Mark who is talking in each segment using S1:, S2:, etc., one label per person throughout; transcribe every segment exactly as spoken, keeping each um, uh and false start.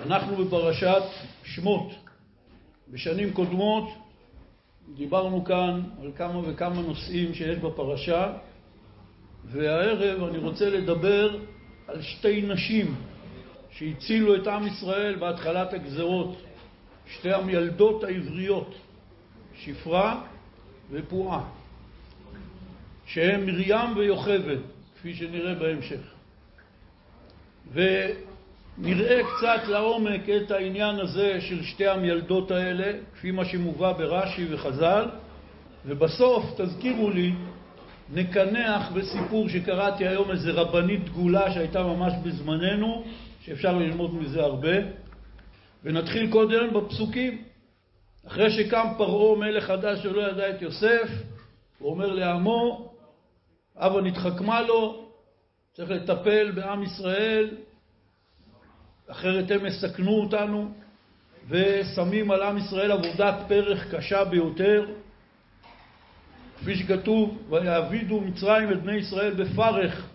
S1: אנחנו בפרשת שמות. בשנים קודמות דיברנו כאן על כמה וכמה נושאים שיש בפרשה, והערב אני רוצה לדבר על שתי נשים שהצילו את עם ישראל בהתחלת הגזרות, שתי המילדות העבריות, שפרה ופועה, שהן מרים ויוכבד, כפי שנראה בהמשך. ונראה קצת לעומק את העניין הזה של שתי המילדות האלה, כפי מה שמובא ברש"י וחז"ל, ובסוף תזכירו לי, נקנח בסיפור שקראתי היום, איזה רבנית דגולה שהייתה ממש בזמננו, שאפשר ללמוד מזה הרבה. ונתחיל קודם בפסוקים. אחרי שקם פרעה מלך חדש שלא ידע את יוסף, הוא אומר לעמו, אבא נתחכמה לו, צריך לטפל בעם ישראל, אחרת הם מסכנו אותנו, ושמים על עם ישראל עבודת פרך קשה ביותר. כפי שכתוב, ויעבידו מצרים את בני ישראל בפרך,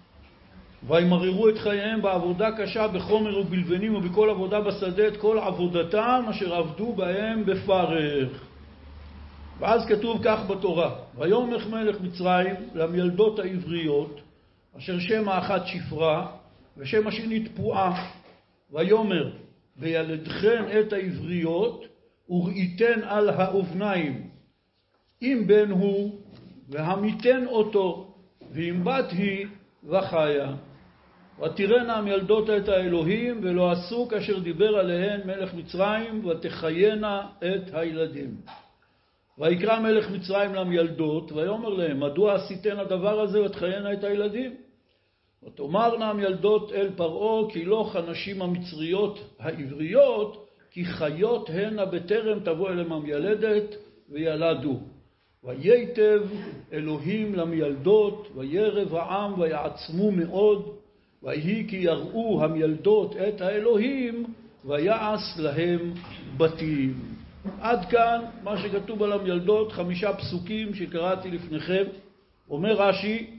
S1: וימררו את חייהם בעבודה קשה בחומר ובלבנים ובכל עבודה בשדה, את כל עבודתם אשר עבדו בהם בפרך. ואז כתוב כך בתורה, ויאמר מלך מצרים למילדות העבריות, אשר שם האחת שפרה ושם השנית פועה, ויאמר בילדכן את העבריות וראיתן על האובניים, אם בן הוא והמיתן אותו, ואם בת היא וחיה. ותראינה המילדות את האלוהים ולא עשו כאשר דיבר עליהן מלך מצרים, ותחיינה את הילדים. ויקרא מלך מצרים למילדות ויאמר להם, מדוע עשיתן הדבר הזה ותחיינה את הילדים? ותאמרנה המילדות אל פרעה, כי לא כנשים המצריות העבריות, כי חיות הנה בטרם תבוא אליהם המילדת וילדו. וייטב אלוהים למילדות, וירב העם ויעצמו מאוד, ויהי כי יראו המילדות את האלוהים, ויעש להם בתים. עד כאן מה שכתוב על המילדות, חמישה פסוקים שקראתי לפניכם. אומר רש"י,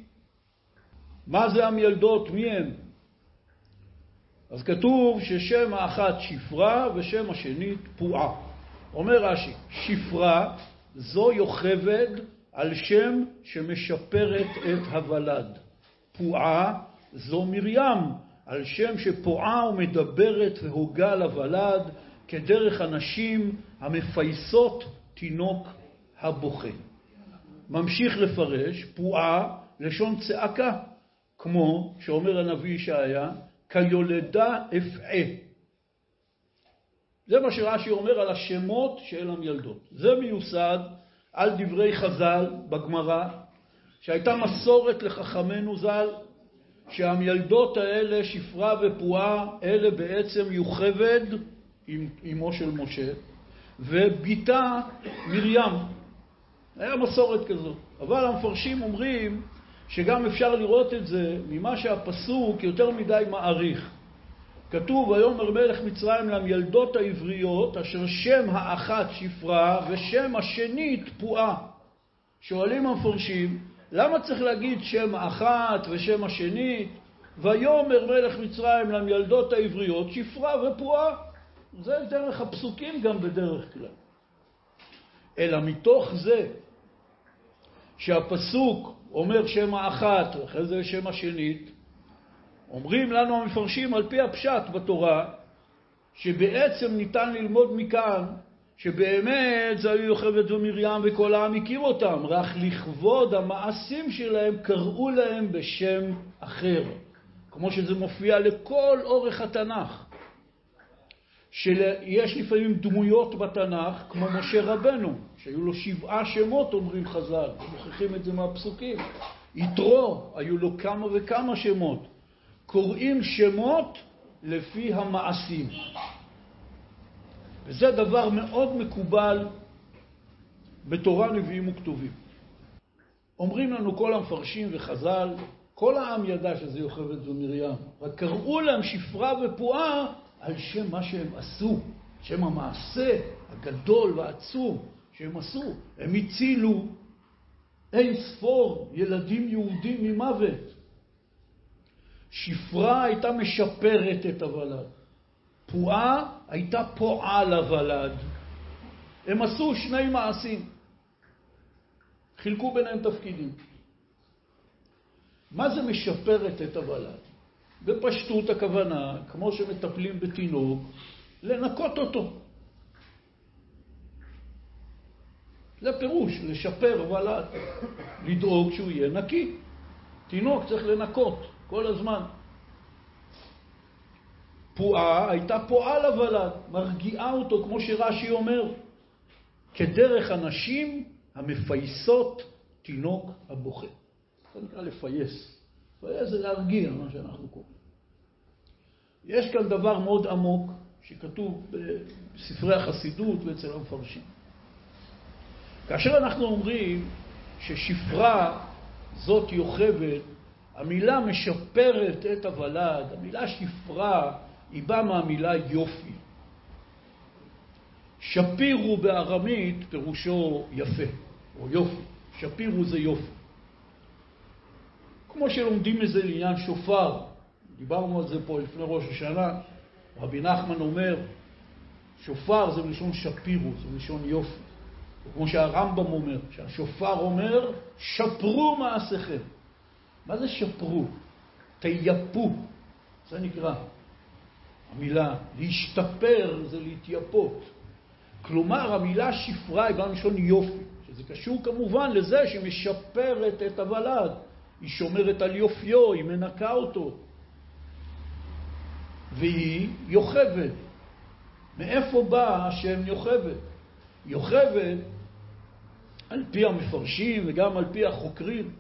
S1: מה זה המילדות? מי הם? אז כתוב ששם האחת שפרה ושם השנית פועה. אומר רש"י, שפרה זו יוכבד על שם שמשפרת את הוולד. פועה זו מרים על שם שפועה ומדברת והוגה לוולד, כדרך הנשים המפייסות תינוק הבוכה. ממשיך לפרש, פועה לשון צעקה, כמו שאומר הנביא ישעיה, כיולדה אפעה. זה מה שרש"י אומר על השמות של המילדות. זה מיוסד על דברי חז"ל בגמרא, שהייתה מסורת לחכמינו ז"ל, שהמילדות האלה, שפרה ופועה, אלה בעצם יוכבד, אמו של משה, וביתה מרים. היה מסורת כזו. אבל המפרשים אומרים שגם אפשר לראות את זה ממה שהפסוק יותר מדי מעריך. כתוב, ויאמר מלך מצרים למילדות העבריות, אשר שם האחת שפרה ושם השנית פועה. שואלים המפרשים, למה צריך להגיד שם האחת ושם השנית? ויאמר מלך מצרים למילדות העבריות, שפרה ופועה. זה דרך הפסוקים גם בדרך כלל. אלא מתוך זה שהפסוק אומר שם האחת ואחרי זה שם השנית, אומרים לנו המפרשים על פי הפשט בתורה, שבעצם ניתן ללמוד מכאן שבאמת זה היו יוכבד ומרים וכל העם הכיר אותם, רק לכבוד המעשים שלהם קראו להם בשם אחר, כמו שזה מופיע לכל אורך התנ"ך. שיש לפעמים דמויות בתנ"ך כמו משה רבנו, שהיו לו שבעה שמות, אומרים חז"ל, מוכיחים את זה מהפסוקים. יתרו, היו לו כמה וכמה שמות. קוראים שמות לפי המעשים. וזה דבר מאוד מקובל בתורה, נביאים וכתובים. אומרים לנו כל המפרשים וחז"ל, כל העם ידע שזה יוכבד ומרים, רק קראו להם שפרה ופועה על שם מה שהם עשו, שם המעשה הגדול והעצום שהם עשו. הם הצילו אין ספור ילדים יהודים ממוות. שפרה הייתה משפרת את הוולד. פועה הייתה פועה לוולד. הם עשו שני מעשים. חילקו ביניהם תפקידים. מה זה משפרת את הוולד? בפשטות הכוונה, כמו שמטפלים בתינוק, לנקות אותו. זה פירוש, לשפר ולד, לדאוג שהוא יהיה נקי. תינוק צריך לנקות כל הזמן. פועה הייתה פועה לוולד, מרגיעה אותו, כמו שרש"י אומר, כדרך הנשים המפייסות תינוק הבוכה. זה נקרא לפייס. לפייס זה להרגיע, מה שאנחנו קוראים. יש כאן דבר מאוד עמוק שכתוב בספרי החסידות ואצל המפרשים. כאשר אנחנו אומרים ששפרה זאת יוכבד, המילה משפרת את הוולד, המילה שפרה היא באה מהמילה יופי. שפירו בארמית פירושו יפה, או יופי. שפירו זה יופי. כמו שלומדים מזה לעניין שופר, דיברנו על זה פה לפני ראש השנה, רבי נחמן אומר, שופר זה מלשון שפירו, זה מלשון יופי. כמו שהרמב"ם אומר, שהשופר אומר, שפרו מעשיכם. מה זה שפרו? תייפו. זה נקרא. המילה להשתפר זה להתייפות. כלומר, המילה שפרה היא באה מלשון יופי, שזה קשור כמובן לזה שמשפרת את הוולד. היא שומרת על יופיו, היא מנקה אותו. והיא יוכבד. מאיפה בא השם יוכבד? יוכבד, על פי המפרשים וגם על פי החוקרים,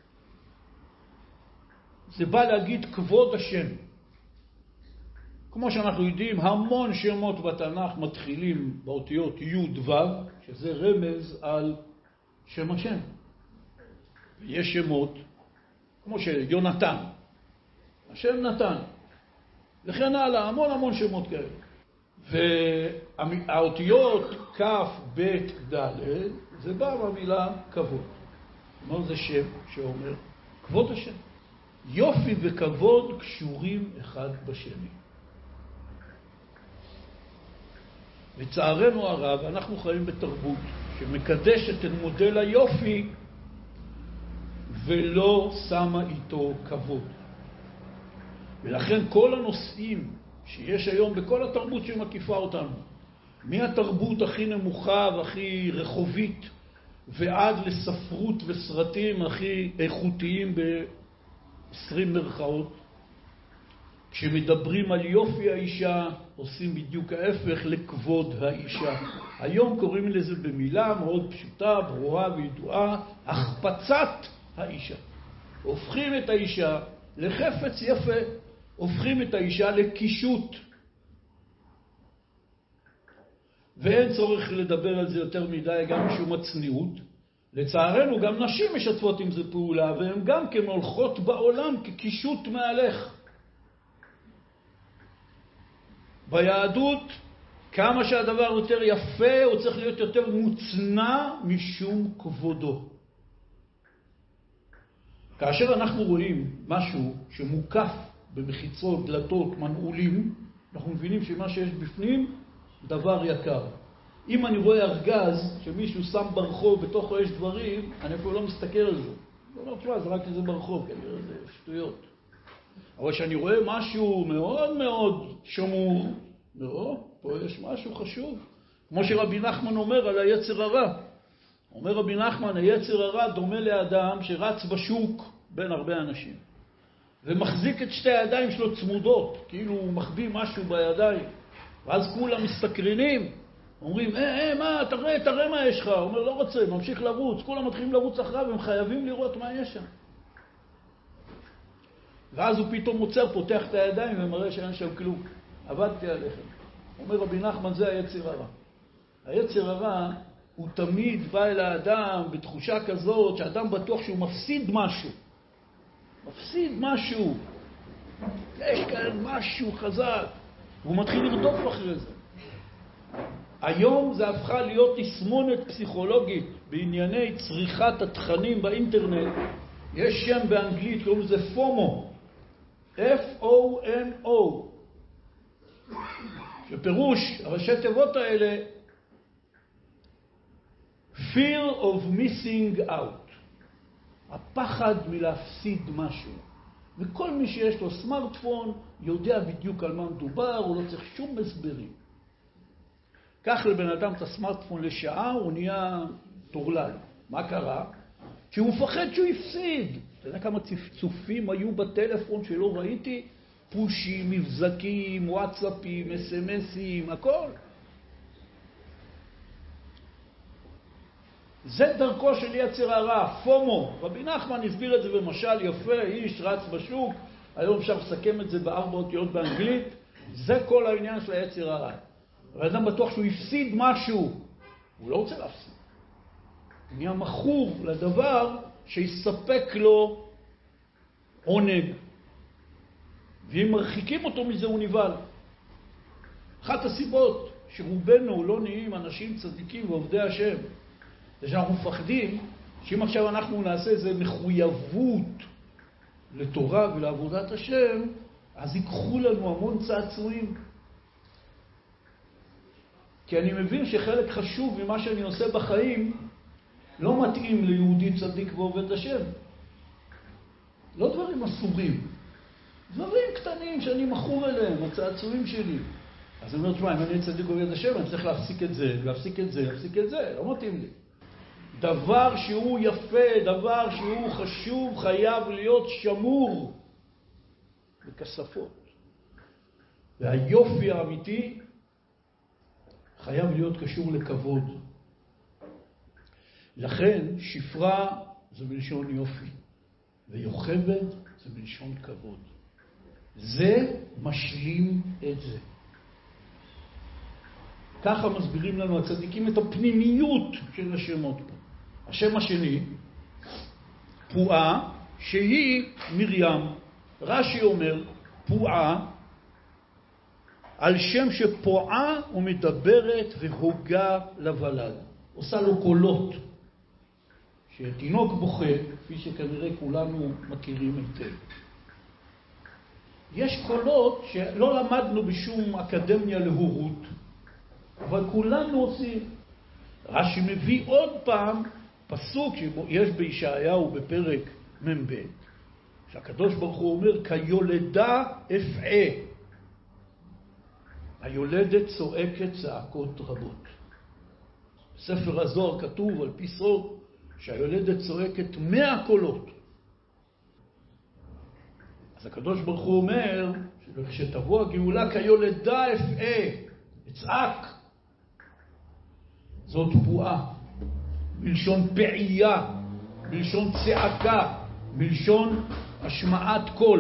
S1: זה בא להגיד כבוד השם. כמו שאנחנו יודעים, המון שמות בתנ"ך מתחילים באותיות י' ו', שזה רמז על שם השם. יש שמות, כמו שיונתן, השם נתן, וכן הלאה, המון המון שמות כאלה. והאותיות כ' ב' ד' זה בא במילה כבוד. כלומר זה שם שאומר כבוד השם. יופי וכבוד קשורים אחד בשני. לצערנו הרב, אנחנו חיים בתרבות שמקדשת את מודל היופי ולא שמה איתו כבוד. ולכן כל הנושאים שיש היום בכל התרבות שמקיפה אותנו, מהתרבות הכי נמוכה והכי רחובית ועד לספרות וסרטים הכי איכותיים ב-עשרים מרכאות, כשמדברים על יופי האישה עושים בדיוק ההפך לכבוד האישה. היום קוראים לזה במילה מאוד פשוטה, ברורה וידועה, החפצת האישה. הופכים את האישה לחפץ יפה, הופכים את האישה לקישוט. ואין צורך לדבר על זה יותר מדי, גם משום הצניעות. לצערנו גם נשים משתפות עם זה פעולה, והן גם כן הולכות בעולם כקישוט מהלך. ביהדות, כמה שהדבר יותר יפה, הוא צריך להיות יותר מוצנע משום כבודו. כאשר אנחנו רואים משהו שמוקף במחיצות, דלתות, מנעולים, אנחנו מבינים שמה שיש בפנים דבר יקר. אם אני רואה ארגז שמישהו שם ברחוב, בתוכו יש דברים, אני אפילו לא מסתכל על זה. לא אומר, תשמע, זה רק איזה ברחוב, כנראה זה שטויות. אבל כשאני רואה משהו מאוד מאוד שמור, לא, פה יש משהו חשוב. כמו שרבי נחמן אומר על היצר הרע. אומר רבי נחמן, היצר הרע דומה לאדם שרץ בשוק בין הרבה אנשים. ומחזיק את שתי הידיים שלו צמודות, כאילו הוא מחביא משהו בידיים. ואז כולם מסתקרנים, אומרים, אה, אה, מה, תראה, תראה מה יש לך. הוא אומר, לא רוצה, ממשיך לרוץ. כולם מתחילים לרוץ אחריו, הם חייבים לראות מה יש שם. ואז הוא פתאום מוצר, פותח את הידיים ומראה שאין שם כלום. עבדתי עליכם. אומר רבי נחמן, זה היצר הרע. היצר הרע הוא תמיד בא אל האדם בתחושה כזאת שהאדם בטוח שהוא מפסיד משהו. מפסיד משהו. יש כאן משהו חזק. והוא מתחיל לרדוף אחרי זה. היום זה הפכה להיות תסמונת פסיכולוגית בענייני צריכת התכנים באינטרנט. יש שם באנגלית, קוראים לזה פומו. F O M O. שפירוש הראשי תיבות האלה, fear of missing out, הפחד מלהפסיד משהו. וכל מי שיש לו סמארטפון יודע בדיוק על מה מדובר, הוא לא צריך שום הסברים. קח לבן אדם את הסמארטפון לשעה, הוא נהיה טורלל. מה קרה? כי הוא מפחד שהוא יפסיד. אתה יודע כמה צפצופים היו בטלפון שלא ראיתי? פושים, מבזקים, וואטסאפים, אס-אמסים, הכל. זה דרכו של יצר הרע, פומו. רבי נחמן הסביר את זה במשל יפה, איש רץ בשוק, היום אפשר לסכם את זה בארבע אותיות באנגלית, זה כל העניין של היצר הרע. האדם בטוח שהוא יפסיד משהו, הוא לא רוצה להפסיד. הוא נהיה מכור לדבר שיספק לו עונג. ואם מרחיקים אותו מזה הוא נבהל. אחת הסיבות שרובנו לא נהיים אנשים צדיקים ועובדי השם, זה שאנחנו מפחדים שאם עכשיו אנחנו נעשה איזה מחויבות לתורה ולעבודת השם, אז ייקחו לנו המון צעצועים. כי אני מבין שחלק חשוב ממה שאני עושה בחיים לא מתאים ליהודי צדיק ועובד השם. לא דברים אסורים. דברים קטנים שאני מכור אליהם, הצעצועים שלי. אז אני אומר, תשמע, אם אני צדיק ועובד השם, אני צריך להפסיק את זה, להפסיק את זה, להפסיק את זה. לא מתאים לי. דבר שהוא יפה, דבר שהוא חשוב, חייב להיות שמור בכספות. והיופי האמיתי חייב להיות קשור לכבוד. לכן שפרה זה בלשון יופי, ויוכבד זה בלשון כבוד. זה משלים את זה. ככה מסבירים לנו הצדיקים את הפנימיות של השמות פה. השם השני, פועה, שהיא מרים. רש"י אומר, פועה, על שם שפועה ומדברת והוגה לבלד. עושה לו קולות. שתינוק בוכה, כפי שכנראה כולנו מכירים היטב. יש קולות שלא למדנו בשום אקדמיה להורות, אבל כולנו עושים. רש"י מביא עוד פעם פסוק שיש בישעיהו בפרק מ"ב, שהקדוש ברוך הוא אומר, כיולדה אפעה. היולדת צועקת צעקות רבות. בספר הזוהר כתוב על פי סוד שהיולדת צועקת מאה קולות. אז הקדוש ברוך הוא אומר שתבוא הגאולה כיולדה אפעה, אצעק. זאת פועה, בלשון פעייה, בלשון צעקה, בלשון השמעת קול.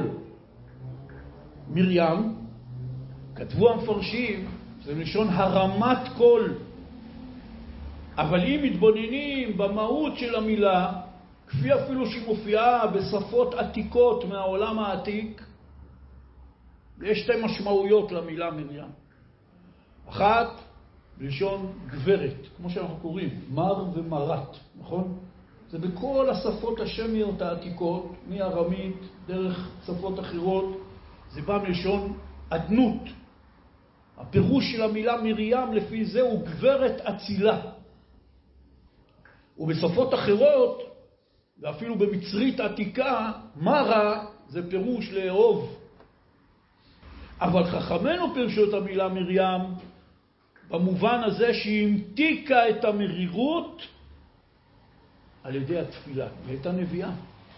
S1: מרים, כתבו המפרשים, זה בלשון הרמת קול. אבל אם מתבוננים במהות של המילה, כפי אפילו שהיא מופיעה בשפות עתיקות מהעולם העתיק, יש שתי משמעויות למילה מרים. אחת, בלשון גברת, כמו שאנחנו קוראים, מר ומרת, נכון? זה בכל השפות השמיות העתיקות, מארמית, דרך שפות אחרות, זה בא מלשון עדנות. הפירוש של המילה מרים לפי זה הוא גברת אצילה. ובשפות אחרות, ואפילו במצרית עתיקה, מרה זה פירוש לאהוב. אבל חכמנו פירשו את המילה מרים במובן הזה שהיא המתיקה את המרירות על ידי התפילה. היא הייתה נביאה.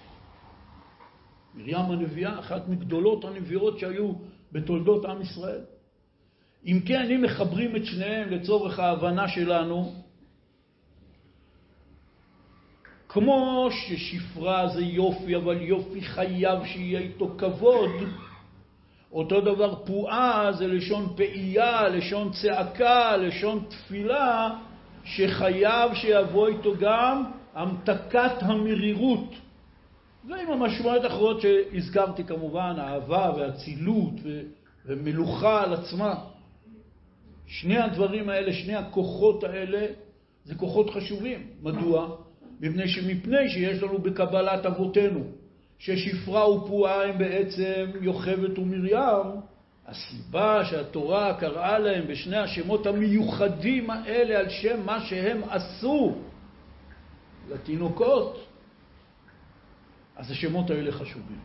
S1: מרים הנביאה, אחת מגדולות הנביאות שהיו בתולדות עם ישראל. אם כן, אם מחברים את שניהם לצורך ההבנה שלנו, כמו ששפרה זה יופי, אבל יופי חייב שיהיה איתו כבוד, אותו דבר פועה זה לשון פעייה, לשון צעקה, לשון תפילה, שחייב שיבוא איתו גם המתקת המרירות. ועם המשמעויות האחרות שהזכרתי כמובן, האהבה והצילות ומלוכה על עצמה. שני הדברים האלה, שני הכוחות האלה, זה כוחות חשובים. מדוע? מפני שמפני שיש לנו בקבלת אבותינו, ששפרה ופועה הם בעצם יוכבד ומרים, הסיבה שהתורה קראה להם בשני השמות המיוחדים האלה על שם מה שהם עשו לתינוקות, אז השמות האלה חשובים.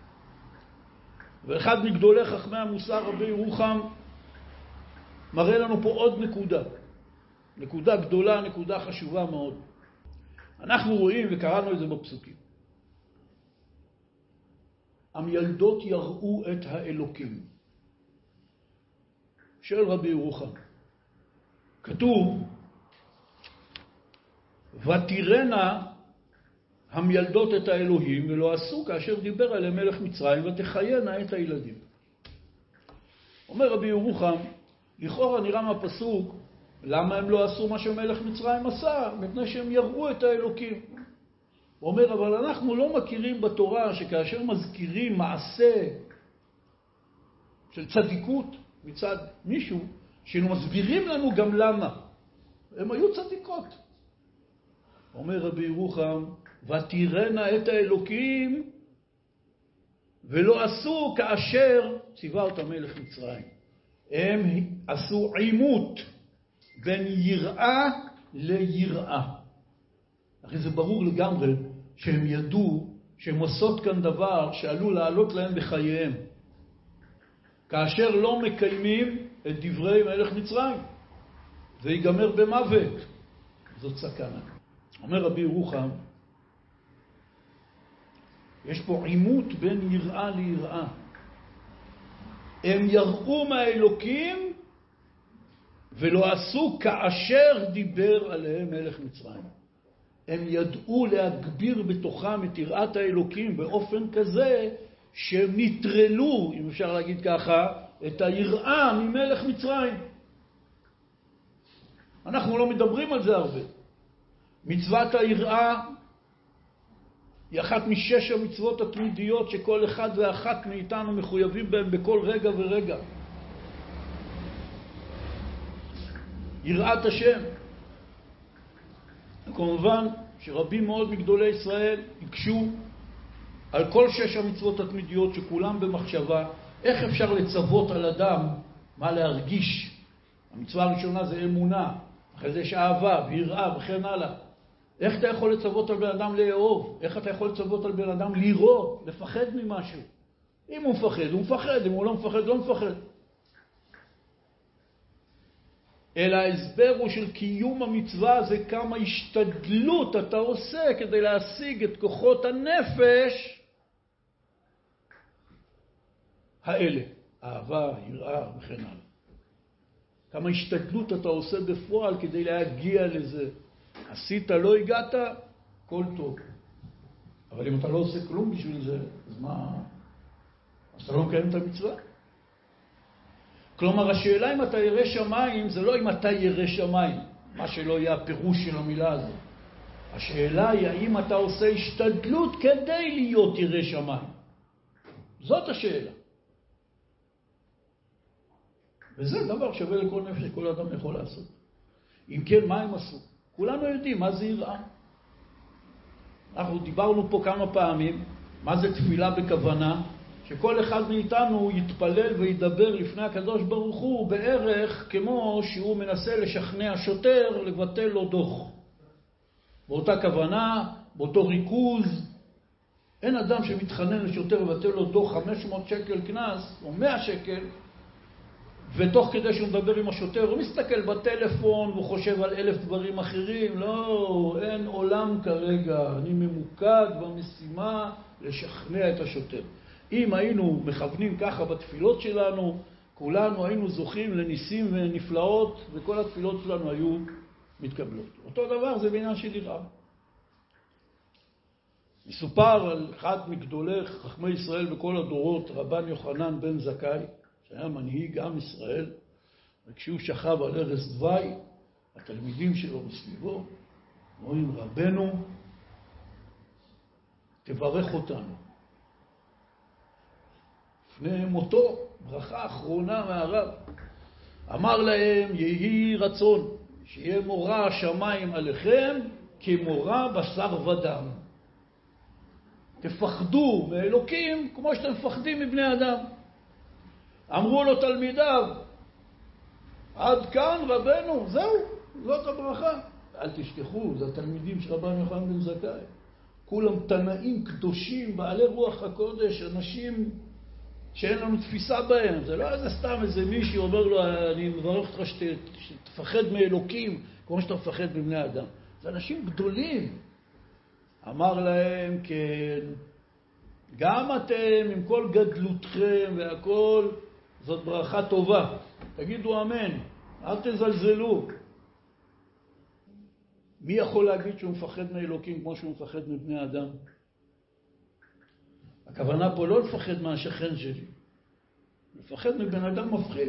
S1: ואחד מגדולי חכמי המוסר, רבי ירוחם, מראה לנו פה עוד נקודה. נקודה גדולה, נקודה חשובה מאוד. אנחנו רואים, וקראנו את זה בפסוקים, המילדות יראו את האלוקים. של רבי ירוחם. כתוב, ותראינה המילדות את האלוהים, ולא עשו כאשר דיבר עליהם מלך מצרים, ותחיינה את הילדים. אומר רבי ירוחם, לכאורה נראה מהפסוק, למה הם לא עשו מה שמלך מצרים עשה? מפני שהם יראו את האלוקים. הוא אומר, אבל אנחנו לא מכירים בתורה שכאשר מזכירים מעשה של צדיקות מצד מישהו, שאנו מסבירים לנו גם למה. הם היו צדיקות. אומר רבי ירוחם, ותראינה את האלוקים, ולא עשו כאשר ציווה אותם מלך מצרים. הם עשו עימות בין יראה ליראה. אחרי זה ברור לגמרי שהם ידעו שהם עושות כאן דבר שעלול לעלות להם בחייהם. כאשר לא מקיימים את דברי מלך מצרים, זה ייגמר במוות. זאת סכנה. אומר רבי ירוחם, יש פה עימות בין יראה ליראה. הם יראו מהאלוקים ולא עשו כאשר דיבר עליהם מלך מצרים. הם ידעו להגביר בתוכם את יראת האלוקים באופן כזה שהם נטרלו, אם אפשר להגיד ככה, את היראה ממלך מצרים. אנחנו לא מדברים על זה הרבה. מצוות היראה היא אחת משש המצוות התמידיות שכל אחד ואחת מאיתנו מחויבים בהם בכל רגע ורגע. יראת השם. כמובן שרבים מאוד מגדולי ישראל הקשו על כל שש המצוות התמידיות שכולם במחשבה, איך אפשר לצוות על אדם מה להרגיש. המצווה הראשונה זה אמונה, אחרי זה יש אהבה ויראה וכן הלאה. איך אתה יכול לצוות על בן אדם לאהוב? איך אתה יכול לצוות על בן אדם לירוא, לפחד ממשהו? אם הוא מפחד, הוא מפחד, אם הוא לא מפחד, לא מפחד. אלא ההסבר הוא של קיום המצווה זה כמה השתדלות אתה עושה כדי להשיג את כוחות הנפש האלה, אהבה, יראה וכן הלאה. כמה השתדלות אתה עושה בפועל כדי להגיע לזה. עשית, לא הגעת, כל טוב. אבל אם אתה לא עושה כלום בשביל זה, אז מה? אז אתה לא מקיים את המצווה? כלומר, השאלה אם אתה ירא שמיים, זה לא אם אתה ירא שמיים, מה שלא יהיה הפירוש של המילה הזאת. השאלה היא האם אתה עושה השתדלות כדי להיות ירא שמיים. זאת השאלה. וזה דבר שווה לכל נפש שכל אדם יכול לעשות. אם כן, מה הם עשו? כולנו יודעים מה זה יראה. אנחנו דיברנו פה כמה פעמים, מה זה תפילה בכוונה, שכל אחד מאיתנו יתפלל וידבר לפני הקדוש ברוך הוא בערך כמו שהוא מנסה לשכנע שוטר לבטל לו דוח. באותה כוונה, באותו ריכוז, אין אדם שמתחנן לשוטר לבטל לו דוח חמש מאות שקל קנס או מאה שקל, ותוך כדי שהוא מדבר עם השוטר, הוא מסתכל בטלפון, הוא חושב על אלף דברים אחרים. לא, אין עולם כרגע. אני ממוקד במשימה לשכנע את השוטר. אם היינו מכוונים ככה בתפילות שלנו, כולנו היינו זוכים לניסים ונפלאות, וכל התפילות שלנו היו מתקבלות. אותו דבר זה בעניין של יראה. מסופר על אחד מגדולי חכמי ישראל בכל הדורות, רבן יוחנן בן זכאי, שהיה מנהיג עם ישראל, וכשהוא שכב על ערש דווי, התלמידים שלו מסביבו, אומרים, רבנו, תברך אותנו. לפני מותו, ברכה אחרונה מהרב, אמר להם, יהי רצון, שיהיה מורא השמיים עליכם, כמורא בשר ודם. תפחדו מאלוקים כמו שאתם מפחדים מבני אדם. אמרו לו תלמידיו, עד כאן רבנו, זהו, זאת הברכה. אל תשכחו, זה התלמידים של רבן יוחנן בן זכאי. כולם תנאים קדושים, בעלי רוח הקודש, אנשים שאין לנו תפיסה בהם. זה לא איזה סתם איזה מישהו אומר לו, אני מברך אותך שת, שתפחד מאלוקים, כמו שאתה מפחד מבני אדם. זה אנשים גדולים. אמר להם, כן, גם אתם עם כל גדלותכם והכל, זאת ברכה טובה. תגידו אמן, אל תזלזלו. מי יכול להגיד שהוא מפחד מאלוקים כמו שהוא מפחד מבני אדם? הכוונה פה לא לפחד מהשכן שלי. לפחד מבן אדם מפחיד.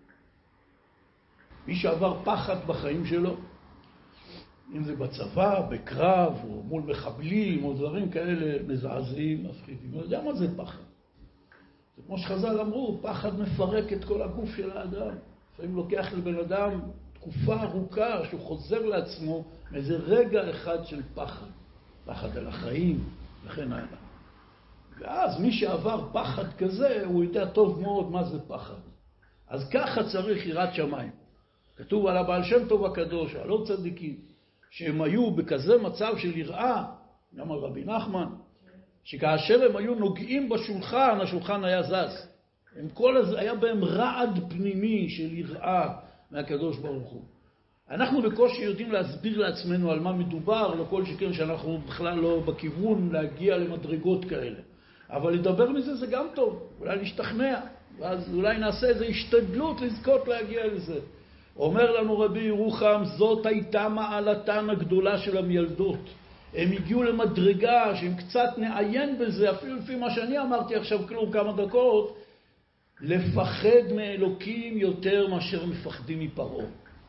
S1: מי שעבר פחד בחיים שלו, אם זה בצבא, בקרב, או מול מחבלים, או דברים כאלה מזעזעים, מפחידים. אני יודע מה זה פחד. זה כמו שחז"ל אמרו, פחד מפרק את כל הגוף של האדם. לפעמים לוקח לבן אדם תקופה ארוכה שהוא חוזר לעצמו מאיזה רגע אחד של פחד. פחד על החיים וכן הלאה. ואז מי שעבר פחד כזה, הוא יודע טוב מאוד מה זה פחד. אז ככה צריך יראת שמיים. כתוב על הבעל שם טוב הקדוש, על עוד צדיקים, שהם היו בכזה מצב של יראה, גם על רבי נחמן, שכאשר הם היו נוגעים בשולחן, השולחן היה זז. הם כל הזה, היה בהם רעד פנימי של יראה מהקדוש ברוך הוא. אנחנו בקושי יודעים להסביר לעצמנו על מה מדובר, לכל שכן שאנחנו בכלל לא בכיוון להגיע למדרגות כאלה. אבל לדבר מזה זה גם טוב, אולי נשתכנע, ואז אולי נעשה איזו השתדלות לזכות להגיע לזה. אומר לנו רבי ירוחם, זאת הייתה מעלתן הגדולה של המילדות. הם הגיעו למדרגה שאם קצת נעיין בזה, אפילו לפי מה שאני אמרתי עכשיו כלום כמה דקות, לפחד מאלוקים יותר מאשר מפחדים מפרעה.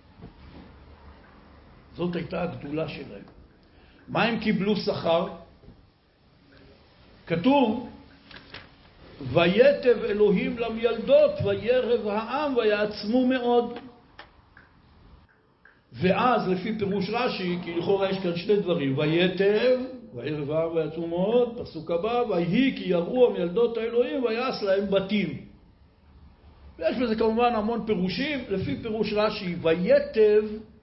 S1: זאת הייתה הגדולה שלהם. מה הם קיבלו שכר? כתוב, ויתב אלוהים למילדות, וירב העם, ויעצמו מאוד. ואז לפי פירוש רש"י, כי לכאורה יש כאן שני דברים, ויתב, וירב העם ויעצמו מאוד, פסוק הבא, ויהי כי יראו המילדות האלוהים, ויעש להם בתים. ויש בזה כמובן המון פירושים, לפי פירוש רש"י, ויתב,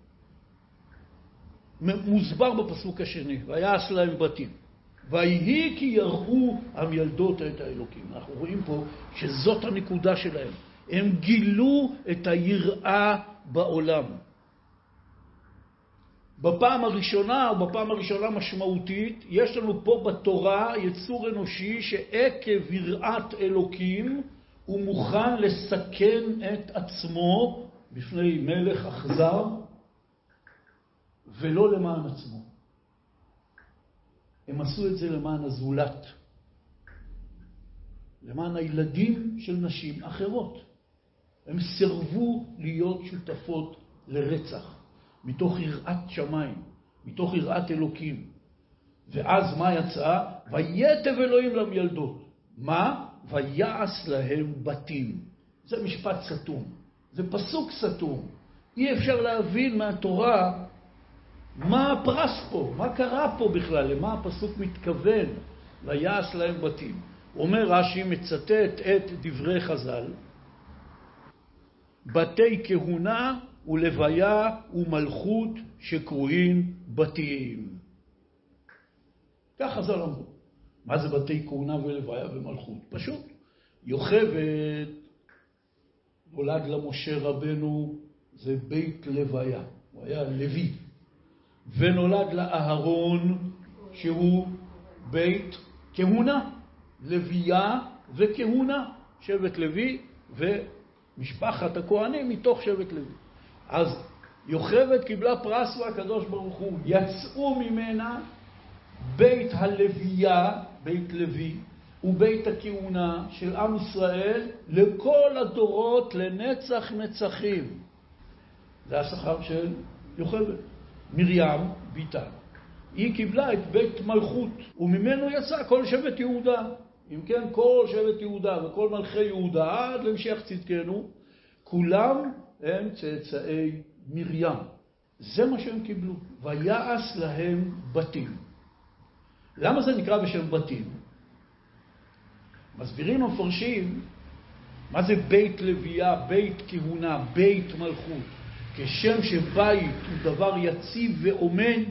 S1: מוסבר בפסוק השני, ויעש להם בתים. ויהי כי יראו המילדות את האלוקים. אנחנו רואים פה שזאת הנקודה שלהם. הם גילו את היראה בעולם. בפעם הראשונה, או בפעם הראשונה משמעותית, יש לנו פה בתורה יצור אנושי שעקב יראת אלוקים הוא מוכן לסכן את עצמו בפני מלך אכזר ולא למען עצמו. הם עשו את זה למען הזולת, למען הילדים של נשים אחרות. הם סירבו להיות שותפות לרצח, מתוך יראת שמיים, מתוך יראת אלוקים. ואז מה יצא? ויתב אלוהים למילדות. מה? ויעש להם בתים. זה משפט סתום, זה פסוק סתום. אי אפשר להבין מהתורה מה הפרס פה, מה קרה פה בכלל, למה הפסוק מתכוון, ויעש להם בתים. אומר רש"י, מצטט את דברי חז"ל, בתי כהונה ולוויה ומלכות שקרויים בתים. כך חז"ל אמרו. מה זה בתי כהונה ולוויה ומלכות? פשוט. יוכבד נולד למשה רבנו, זה בית לוויה, הוא היה לוי. ונולד לאהרון שהוא בית כהונה, לוויה וכהונה, שבט לוי ומשפחת הכהנים מתוך שבט לוי. אז יוכבד קיבלה פרס מהקדוש ברוך הוא, יצאו ממנה בית הלוויה, בית לוי, ובית הכהונה של עם ישראל לכל הדורות לנצח נצחים. זה השכר של יוכבד. מרים, ביתה, היא קיבלה את בית מלכות, וממנו יצא כל שבט יהודה. אם כן, כל שבט יהודה וכל מלכי יהודה עד להמשך צדקנו, כולם הם צאצאי מרים. זה מה שהם קיבלו. ויעש להם בתים. למה זה נקרא בשם בתים? מסבירים המפרשים, מה זה בית לוויה? בית כהונה, בית מלכות. כשם שבית הוא דבר יציב ועומד,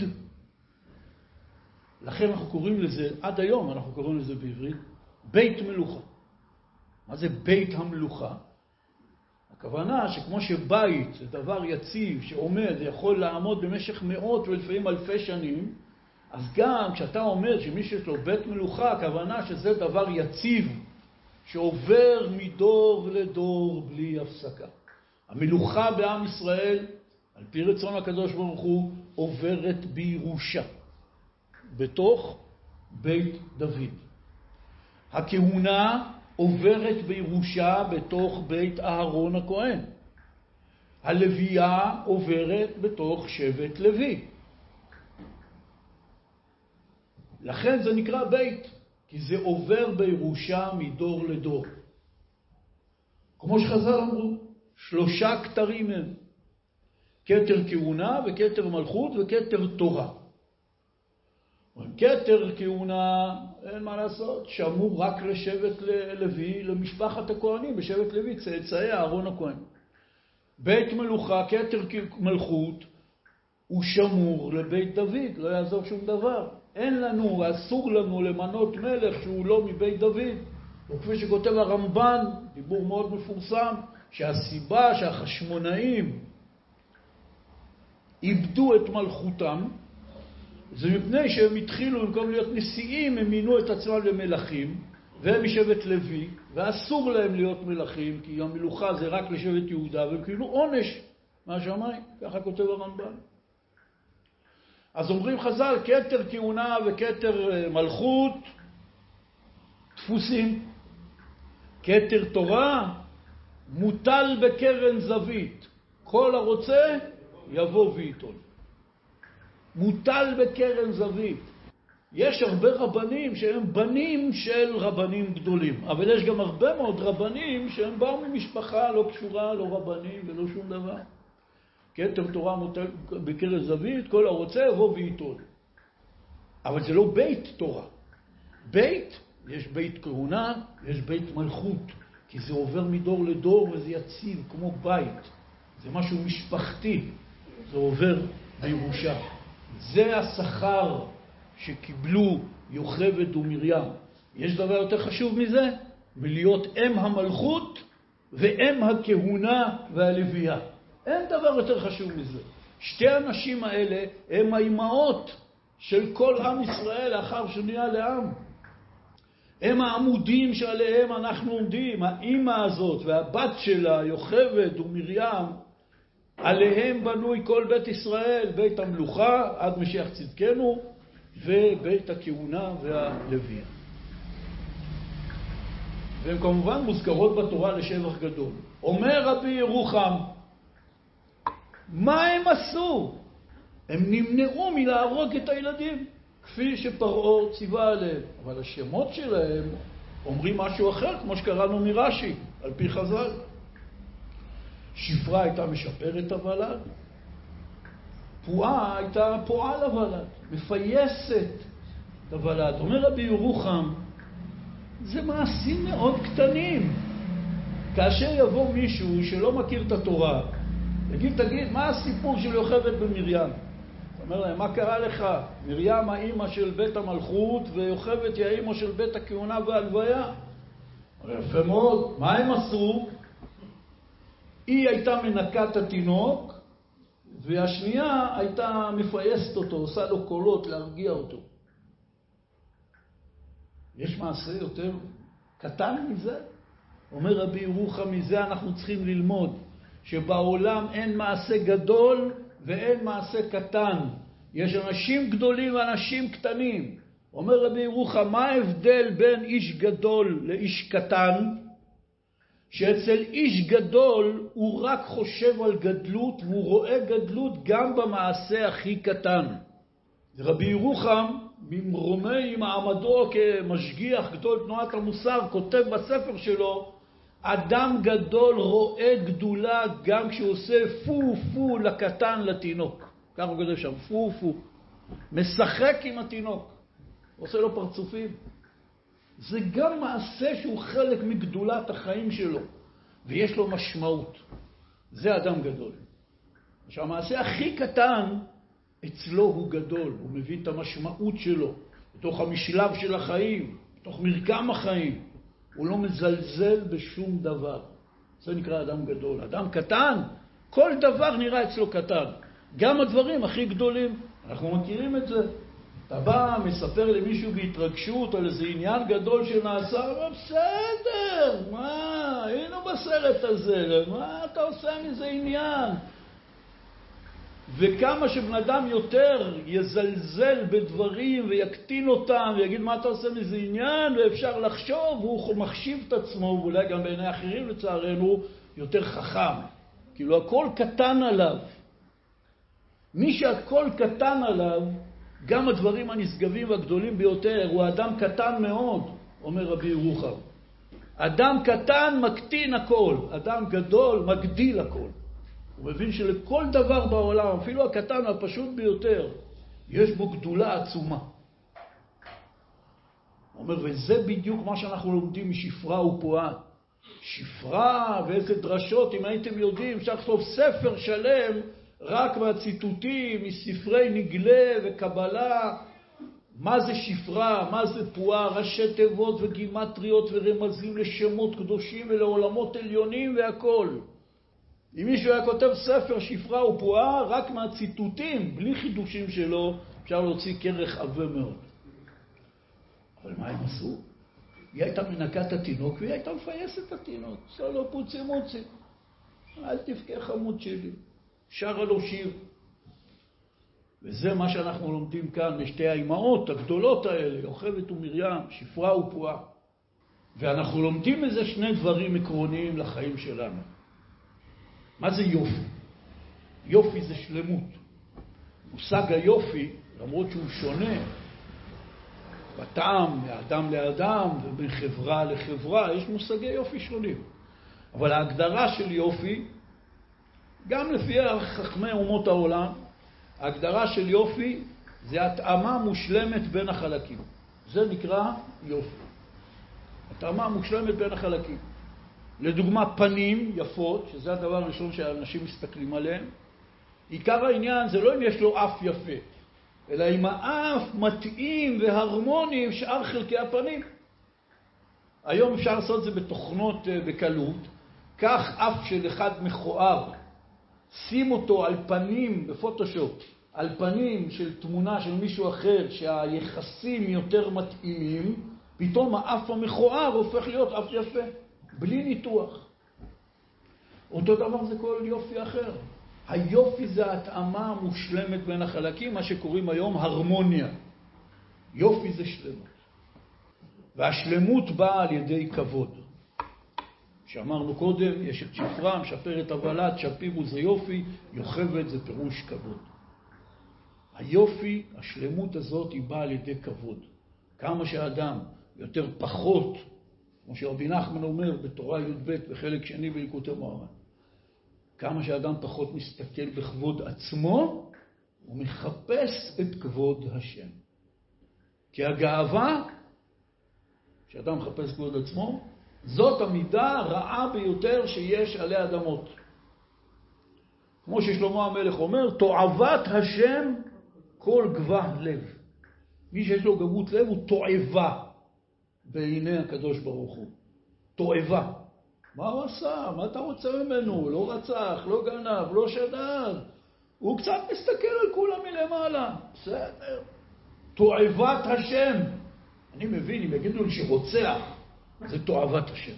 S1: לכן אנחנו קוראים לזה, עד היום אנחנו קוראים לזה בעברית, בית מלוכה. מה זה בית המלוכה? הכוונה שכמו שבית זה דבר יציב שעומד, זה יכול לעמוד במשך מאות ולפעמים אלפי שנים, אז גם כשאתה אומר שמי שיש לו בית מלוכה, הכוונה שזה דבר יציב שעובר מדור לדור בלי הפסקה. המלוכה בעם ישראל, על פי רצון הקדוש ברוך הוא, עוברת בירושה, בתוך בית דוד. הכהונה עוברת בירושה בתוך בית אהרון הכהן. הלוויה עוברת בתוך שבט לוי. לכן זה נקרא בית, כי זה עובר בירושה מדור לדור. כמו שחז"ל אמרו, שלושה כתרים הם, כתר כהונה וכתר מלכות וכתר תורה. כתר כהונה, אין מה לעשות, שמור רק לשבט לוי, למשפחת הכהנים, בשבט לוי, צאצאי אהרון הכהן. בית מלוכה, כתר מלכות, הוא שמור לבית דוד, לא יעזור שום דבר. אין לנו, אסור לנו למנות מלך שהוא לא מבית דוד. וכפי שכותב הרמב"ן, דיבור מאוד מפורסם, שהסיבה שהחשמונאים איבדו את מלכותם, זה מפני שהם התחילו, במקום להיות נשיאים, הם מינו את עצמם למלכים, והם משבט לוי, ואסור להם להיות מלכים, כי המלוכה זה רק לשבט יהודה, והם כאילו עונש מהשמיים, ככה כותב הרמב"ן. אז אומרים חז"ל, כתר כהונה וכתר מלכות, דפוסים. כתר תורה, מוטל בקרן זווית. כל הרוצה, יבוא וייטול. מוטל בקרן זווית. יש הרבה רבנים שהם בנים של רבנים גדולים, אבל יש גם הרבה מאוד רבנים שהם באו ממשפחה לא קשורה, לא רבנים ולא שום דבר. כתר תורה מוטל בקרן זווית, כל הרוצה יבוא וייטול. אבל זה לא בית תורה. בית, יש בית כהונה, יש בית מלכות, כי זה עובר מדור לדור וזה יציב כמו בית. זה משהו משפחתי, זה עובר בירושה. זה השכר שקיבלו יוכבד ומרים. יש דבר יותר חשוב מזה? מלהיות אם המלכות ואם הכהונה והלוויה. אין דבר יותר חשוב מזה. שתי הנשים האלה הם האימהות של כל עם ישראל לאחר שנהיה לעם. הם העמודים שעליהם אנחנו עומדים. האימא הזאת והבת שלה, יוכבד ומרים, עליהם בנוי כל בית ישראל, בית המלוכה עד משיח צדקנו, ובית הכהונה והלוויה. והן כמובן מוזכרות בתורה לשבח גדול. אומר רבי ירוחם, מה הם עשו? הם נמנעו מלהרוג את הילדים, כפי שפרעה ציווה עליהם. אבל השמות שלהם אומרים משהו אחר, כמו שקראנו מרש"י, על פי חז"ל. שפרה הייתה משפרת הוולד, פועה הייתה פועה לוולד, מפייסת הוולד. אומר רבי ירוחם, זה מעשים מאוד קטנים. כאשר יבוא מישהו שלא מכיר את התורה, יגיד, תגיד, מה הסיפור של יוכבד במרים? אומר להם, מה קרה לך? מרים האימא של בית המלכות, ויוכבד היא האימא של בית הכהונה והלוויה. אומר, יפה מאוד, מה הם עשו? היא הייתה מנקת התינוק, והשנייה הייתה מפייסת אותו, עושה לו קולות להרגיע אותו. יש מעשה יותר קטן מזה? אומר רבי ירוחם, מזה אנחנו צריכים ללמוד, שבעולם אין מעשה גדול ואין מעשה קטן. יש אנשים גדולים ואנשים קטנים. אומר רבי ירוחם, מה ההבדל בין איש גדול לאיש קטן? שאצל איש גדול הוא רק חושב על גדלות, והוא רואה גדלות גם במעשה הכי קטן. רבי ירוחם, ממרומי מעמדו כמשגיח גדול תנועת המוסר, כותב בספר שלו, אדם גדול רואה גדולה גם כשהוא עושה פו פו לקטן לתינוק. כך הוא כותב שם, פו פו. משחק עם התינוק, עושה לו פרצופים. זה גם מעשה שהוא חלק מגדולת החיים שלו. ויש לו משמעות. זה אדם גדול. שהמעשה הכי קטן אצלו הוא גדול, הוא מבין את המשמעות שלו, בתוך המשלב של החיים, בתוך מרקם החיים. הוא לא מזלזל בשום דבר. זה נקרא אדם גדול. אדם קטן, כל דבר נראה אצלו קטן. גם הדברים הכי גדולים. אנחנו מכירים את זה. אתה בא, מספר למישהו בהתרגשות על איזה עניין גדול שנעשה, בסדר, מה, היינו בסרט הזה, מה אתה עושה מזה עניין? וכמה שבן אדם יותר יזלזל בדברים ויקטין אותם ויגיד מה אתה עושה מזה עניין, ואפשר לחשוב, והוא מחשיב את עצמו, ואולי גם בעיני אחרים לצערנו, יותר חכם. כאילו הכל קטן עליו. מי שהכל קטן עליו, גם הדברים הנשגבים והגדולים ביותר, הוא אדם קטן מאוד, אומר רבי ירוחם. אדם קטן מקטין הכל, אדם גדול מגדיל הכל. הוא מבין שלכל דבר בעולם, אפילו הקטן הפשוט ביותר, יש בו גדולה עצומה. הוא אומר, וזה בדיוק מה שאנחנו לומדים משפרה ופועה. שפרה ואיזה דרשות, אם הייתם יודעים, אפשר לכתוב ספר שלם רק מהציטוטים, מספרי נגלה וקבלה. מה זה שפרה, מה זה פועה, ראשי תיבות וגימטריות ורמזים לשמות קדושים ולעולמות עליונים והכל. אם מישהו היה כותב ספר שפרה ופועה, רק מהציטוטים, בלי חידושים שלו, אפשר להוציא כרך עבה מאוד. אבל מה הם עשו? היא הייתה מנקה את התינוק והיא הייתה מפייסת את התינוק. עושה לו פוצי מוצי. אל תבכה חמוד שלי. שרה לו שיר. וזה מה שאנחנו לומדים כאן משתי האימהות הגדולות האלה, יוכבד ומרים, שפרה ופועה. ואנחנו לומדים מזה שני דברים עקרוניים לחיים שלנו. מה זה יופי? יופי זה שלמות. מושג היופי, למרות שהוא שונה בטעם, מאדם לאדם ובין חברה לחברה, יש מושגי יופי שונים. אבל ההגדרה של יופי, גם לפי חכמי אומות העולם, ההגדרה של יופי זה התאמה מושלמת בין החלקים. זה נקרא יופי. התאמה מושלמת בין החלקים. לדוגמה, פנים יפות, שזה הדבר הראשון שהאנשים מסתכלים עליהם. עיקר העניין זה לא אם יש לו אף יפה, אלא אם האף מתאים והרמוני עם שאר חלקי הפנים. היום אפשר לעשות את זה בתוכנות בקלות. כך אף של אחד מכוער, שים אותו על פנים בפוטושופ, על פנים של תמונה של מישהו אחר שהיחסים יותר מתאימים, פתאום האף המכוער הופך להיות אף יפה, בלי ניתוח. אותו דבר זה כל יופי אחר. היופי זה ההתאמה המושלמת בין החלקים, מה שקוראים היום הרמוניה. יופי זה שלמות. והשלמות באה על ידי כבוד. שאמרנו קודם, יש את שפרה, משפרת הבלת, שפירו זה יופי, יוכבד זה פירוש כבוד. היופי, השלמות הזאת היא באה על ידי כבוד. כמה שהאדם יותר פחות, כמו שרבי נחמן אומר בתורה י' ב' בחלק שני בליקוטי מוהר"ן, כמה שהאדם פחות מסתכל בכבוד עצמו, הוא מחפש את כבוד השם. כי הגאווה, שאדם מחפש כבוד עצמו, זאת המידה הרעה ביותר שיש עלי אדמות. כמו ששלמה המלך אומר, תועבת השם כל גבה לב. מי שיש לו גבות לב הוא תועבה בעיני הקדוש ברוך הוא. תועבה. מה הוא עשה? מה אתה רוצה ממנו? לא רצח, לא גנב, לא שדד. הוא קצת מסתכל על כולם מלמעלה. בסדר. תועבת השם. אני מבין, אם יגידו לי שרוצח, זה תועבת השם.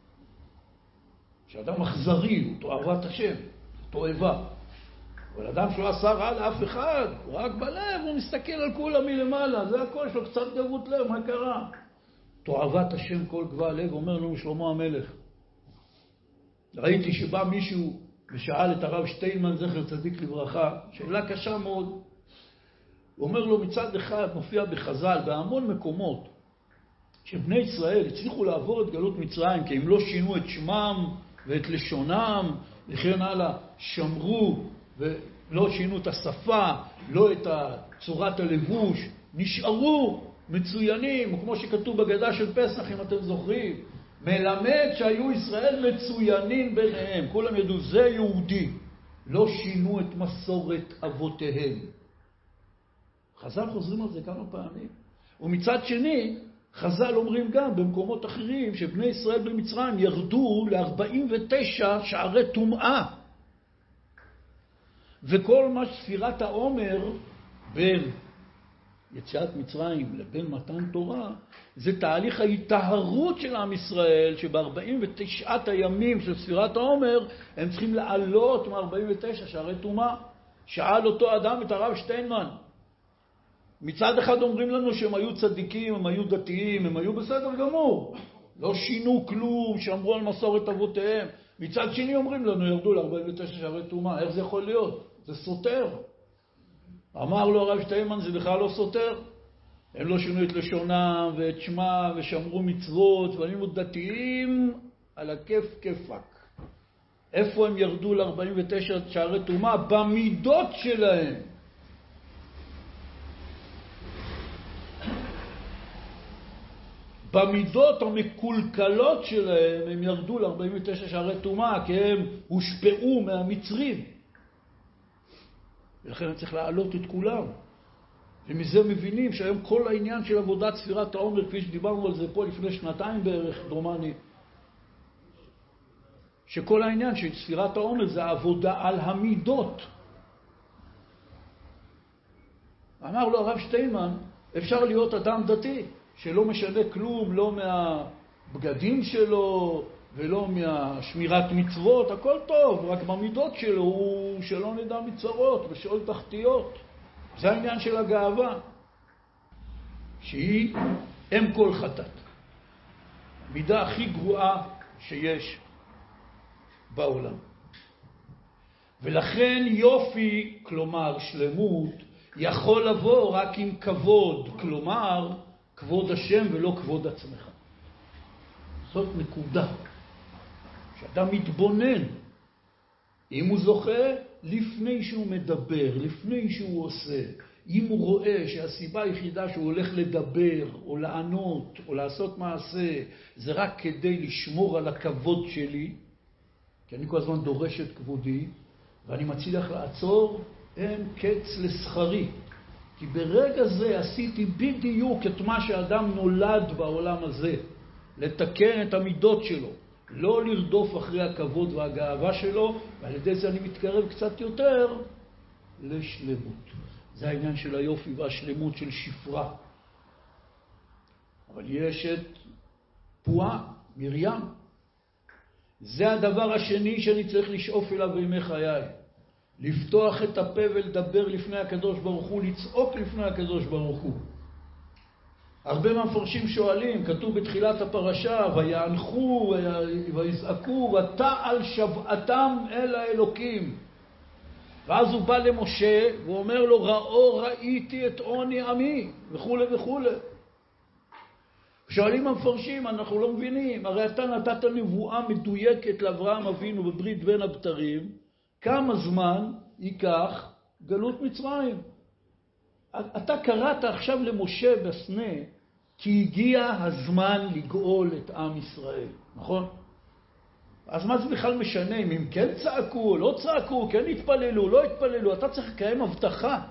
S1: שאדם אכזרי הוא תועבת השם, זה תועבה. אבל אדם שהוא עשה רע לאף אחד, הוא רק בלב, הוא מסתכל על כולם מלמעלה, זה הכל, יש לו קצת גבות לב, מה קרה? תועבת השם כל גבה לב, אומר לנו שלמה המלך. ראיתי שבא מישהו ושאל את הרב שטיינמן זכר צדיק לברכה, שאלה קשה מאוד. הוא אומר לו, מצד אחד מופיע בחז"ל בהמון מקומות, שבני ישראל הצליחו לעבור את גלות מצרים, כי הם לא שינו את שמם ואת לשונם, וכן הלאה, שמרו ולא שינו את השפה, לא את צורת הלבוש, נשארו מצוינים, כמו שכתוב בגדה של פסח, אם אתם זוכרים, מלמד שהיו ישראל מצוינים ביניהם. כולם ידעו, זה יהודי. לא שינו את מסורת אבותיהם. חז"ל חוזרים על זה כמה פעמים. ומצד שני, חז"ל אומרים גם במקומות אחרים שבני ישראל במצרים ירדו ל-ארבעים ותשע שערי טומאה. וכל מה שספירת העומר בין יציאת מצרים לבין מתן תורה, זה תהליך ההיטהרות של עם ישראל, שב-ארבעים ותשעת הימים של ספירת העומר, הם צריכים לעלות מ-ארבעים ותשע שערי טומאה. שאל אותו אדם את הרב שטיינמן. מצד אחד אומרים לנו שהם היו צדיקים, הם היו דתיים, הם היו בסדר גמור. לא שינו כלום, שמרו על מסורת אבותיהם. מצד שני אומרים לנו, ירדו ל-ארבעים ותשע שערי טומאה. איך זה יכול להיות? זה סותר. אמר לו הרב שטיינמן, זה בכלל לא סותר. הם לא שינו את לשונם ואת שמה ושמרו מצוות, והיו דתיים על הכיף כיפק. איפה הם ירדו ל-ארבעים ותשע שערי טומאה? במידות שלהם. במידות המקולקלות שלהם הם ירדו ל-ארבעים ותשע שערי טומאה, כי הם הושפעו מהמצרים. ולכן צריך להעלות את כולם. ומזה מבינים שהיום כל העניין של עבודת ספירת העומר, כפי שדיברנו על זה פה לפני שנתיים בערך, דומני, שכל העניין של ספירת העומר זה עבודה על המידות. אמר לו הרב שטיינמן, אפשר להיות אדם דתי, שלא משנה כלום, לא מהבגדים שלו ולא מהשמירת מצוות, הכל טוב, רק במידות שלו הוא שלא נדע מצרות ושאול תחתיות. זה העניין של הגאווה, שהיא אם כל חטאת. המידה הכי גרועה שיש בעולם. ולכן יופי, כלומר שלמות, יכול לבוא רק עם כבוד, כלומר כבוד השם ולא כבוד עצמך. זאת נקודה. שאדם מתבונן, אם הוא זוכה, לפני שהוא מדבר, לפני שהוא עושה, אם הוא רואה שהסיבה היחידה שהוא הולך לדבר או לענות או לעשות מעשה, זה רק כדי לשמור על הכבוד שלי, כי אני כל הזמן דורש את כבודי, ואני מצליח לעצור, אין קץ לשכרי. כי ברגע זה עשיתי בדיוק את מה שאדם נולד בעולם הזה, לתקן את המידות שלו, לא לרדוף אחרי הכבוד והגאווה שלו, ועל ידי זה אני מתקרב קצת יותר לשלמות. זה העניין של היופי והשלמות של שפרה. אבל יש את פועה, מרים. זה הדבר השני שאני צריך לשאוף אליו בימי חיי. לפתוח את הפה ולדבר לפני הקדוש ברוך הוא, לצעוק לפני הקדוש ברוך הוא. הרבה מהמפרשים שואלים, כתוב בתחילת הפרשה, ויענחו ויזעקו ותעל שבעתם אל האלוקים. ואז הוא בא למשה ואומר לו, ראו ראיתי את עוני עמי, וכו' וכו'. שואלים המפרשים, אנחנו לא מבינים, הרי אתה נתת נבואה מדויקת לאברהם אבינו בברית בין הבתרים, כמה זמן ייקח גלות מצרים? אתה קראת עכשיו למשה בסנה, כי הגיע הזמן לגאול את עם ישראל, נכון? אז מה זה בכלל משנה אם הם כן צעקו, לא צעקו, כן התפללו, לא התפללו? אתה צריך לקיים הבטחה.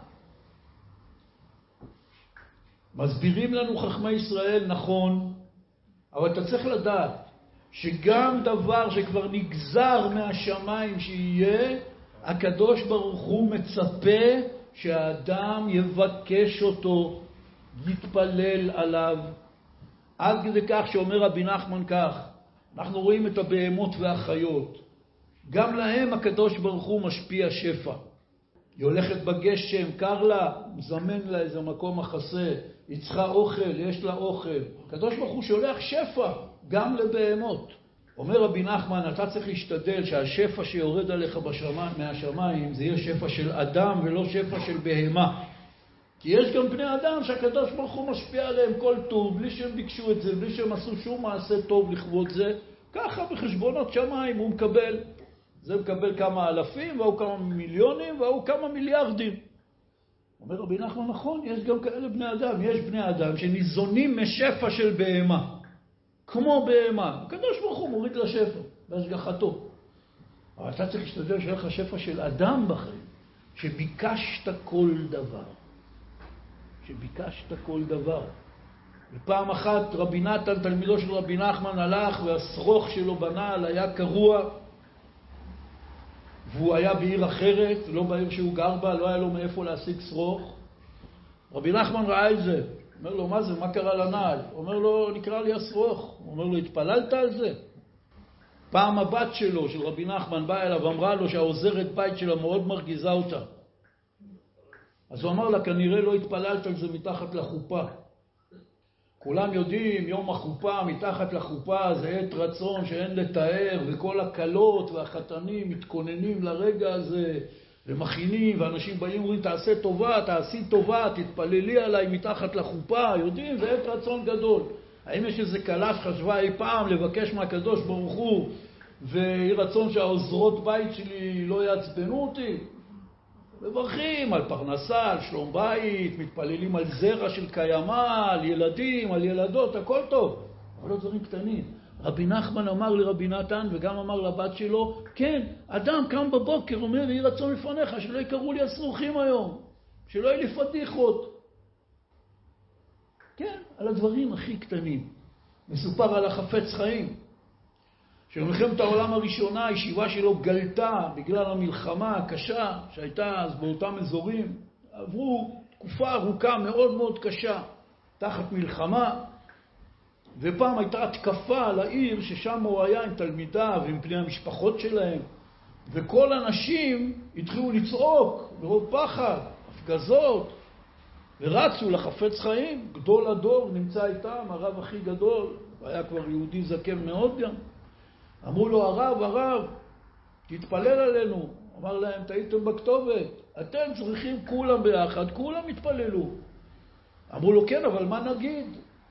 S1: מסבירים לנו חכמי ישראל, נכון, אבל אתה צריך לדעת שגם דבר שכבר נגזר מהשמיים שיהיה, הקדוש ברוך הוא מצפה שהאדם יבקש אותו, יתפלל עליו. עד כדי כך שאומר רבי נחמן כך, אנחנו רואים את הבהמות והחיות, גם להם הקדוש ברוך הוא משפיע שפע. היא הולכת בגשם, קר לה, מזמן לה איזה מקום מחסה, היא צריכה אוכל, יש לה אוכל. הקדוש ברוך הוא שולח שפע גם לבהמות. אומר רבי נחמן, אתה צריך להשתדל שהשפע שיורד עליך בשמיים, מהשמיים, זה יהיה שפע של אדם ולא שפע של בהמה. כי יש גם בני אדם שהקדוש ברוך הוא משפיע עליהם כל טוב, בלי שהם ביקשו את זה, בלי שהם עשו שום מעשה טוב לכבוד זה. ככה בחשבונות שמיים הוא מקבל. זה מקבל כמה אלפים, והוא כמה מיליונים, והוא כמה מיליארדים. אומר רבי נחמן, נכון, יש גם כאלה בני אדם. יש בני אדם שניזונים משפע של בהמה. כמו בהמה. הקדוש ברוך הוא מוריד לשפע, בהשגחתו. אבל אתה צריך להשתדל שיהיה לך שפע של אדם בחיים, שביקשת כל דבר. שביקשת כל דבר. ופעם אחת רבי נתן, תלמידו של רבי נחמן, הלך והשרוך שלו בנעל היה קרוע, והוא היה בעיר אחרת, לא בעיר שהוא גר בה, לא היה לו מאיפה להשיג שרוך. רבי נחמן ראה את זה, אומר לו, מה זה, מה קרה לנעל? הוא אומר לו, נקרא לי השרוך. הוא אומר לו, התפללת על זה? פעם הבת שלו, של רבי נחמן, באה אליו, אמרה לו שהעוזרת בית שלה מאוד מרגיזה אותה. אז הוא אמר לה, כנראה לא התפללת על זה מתחת לחופה. כולם יודעים, יום החופה, מתחת לחופה, זה עת רצון שאין לתאר, וכל הקלות והחתנים מתכוננים לרגע הזה, ומכינים, ואנשים באים ואומרים, תעשה טובה, תעשי טובה, תתפללי עליי מתחת לחופה, יודעים, זה עת רצון גדול. האם יש איזה קלה שחשבה אי פעם לבקש מהקדוש ברוך הוא, ויהי רצון שהעוזרות בית שלי לא יעצבנו אותי? מברכים על פרנסה, על שלום בית, מתפללים על זרע של קיימה, על ילדים, על ילדות, הכל טוב. אבל לא דברים קטנים. רבי נחמן אמר לרבי נתן וגם אמר לבת שלו, כן, אדם קם בבוקר, אומר, יהי רצון לפניך, שלא יקראו לי השרוכים היום, שלא יהי לי פדיחות. כן, על הדברים הכי קטנים. מסופר על החפץ חיים. שבמלחמת העולם הראשונה הישיבה שלו גלתה בגלל המלחמה הקשה שהייתה אז באותם אזורים. עברו תקופה ארוכה מאוד מאוד קשה תחת מלחמה, ופעם הייתה התקפה על העיר ששם הוא היה עם תלמידיו ועם פני המשפחות שלהם, וכל אנשים התחילו לצעוק ברוב פחד, הפגזות, ורצו לחפץ חיים. גדול הדור נמצא איתם, הרב הכי גדול, היה כבר יהודי זקן מאוד גם. אמרו לו, הרב, הרב, תתפלל עלינו. אמר להם, תהייתם בכתובת, אתם צריכים כולם ביחד, כולם התפללו. אמרו לו, כן, אבל מה נגיד?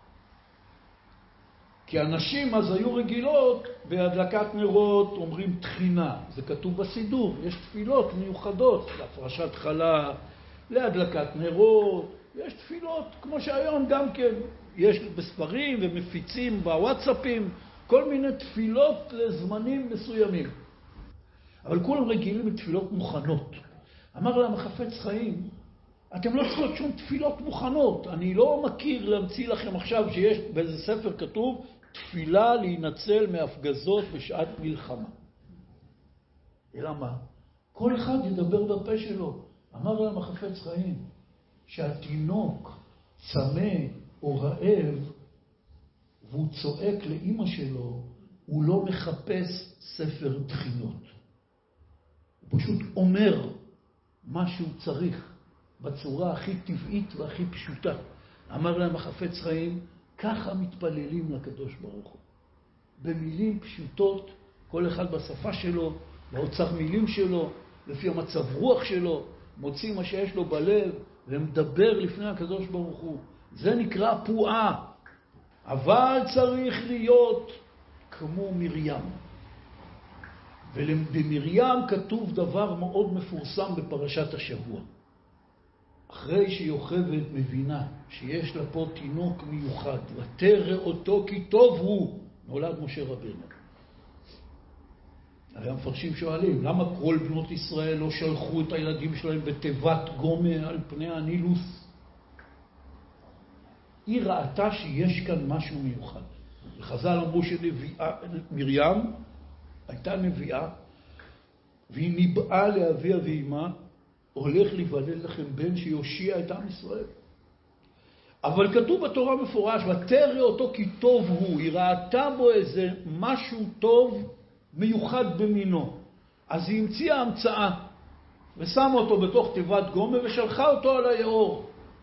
S1: כי אנשים אז היו רגילות בהדלקת נרות, אומרים תחינה. זה כתוב בסידור, יש תפילות מיוחדות, להפרשת חלה, להדלקת נרות, יש תפילות כמו שהיום גם כן, יש בספרים ומפיצים בוואטסאפים, כל מיני תפילות לזמנים מסוימים. אבל כולם רגילים לתפילות מוכנות. אמר להם החפץ חיים, אתם לא צריכים שום תפילות מוכנות. אני לא מכיר להמציא לכם עכשיו שיש באיזה ספר כתוב, תפילה להינצל מהפגזות בשעת מלחמה. אלא מה? כל אחד ידבר בפה שלו. אמר להם החפץ חיים, שהתינוק צמא או רעב, והוא צועק לאמא שלו, הוא לא מחפש ספר תחינות. הוא פשוט אומר מה שהוא צריך, בצורה הכי טבעית והכי פשוטה. אמר להם החפץ חיים, ככה מתפללים לקדוש ברוך הוא. במילים פשוטות, כל אחד בשפה שלו, באוצר מילים שלו, לפי המצב רוח שלו, מוציא מה שיש לו בלב, ומדבר לפני הקדוש ברוך הוא. זה נקרא פועה. אבל צריך להיות כמו מרים. ובמרים כתוב דבר מאוד מפורסם בפרשת השבוע. אחרי שיוכבד מבינה שיש לה פה תינוק מיוחד, ותראה אותו כי טוב הוא, נולד משה רבנו. הרי המפרשים שואלים, למה כל בנות ישראל לא שלחו את הילדים שלהם בתיבת גומה על פני הנילוס? היא ראתה שיש כאן משהו מיוחד. וחז"ל אמרו שמרים הייתה נביאה, והיא ניבאה לאביה ואימה, הולך להיוולד לכם בן שיושיע את עם ישראל. אבל כתוב בתורה מפורש, ותראה אותו כי טוב הוא, היא ראתה בו איזה משהו טוב מיוחד במינו. אז היא המציאה המצאה, ושמה אותו בתוך תיבת גומה ושלחה אותו על היאור.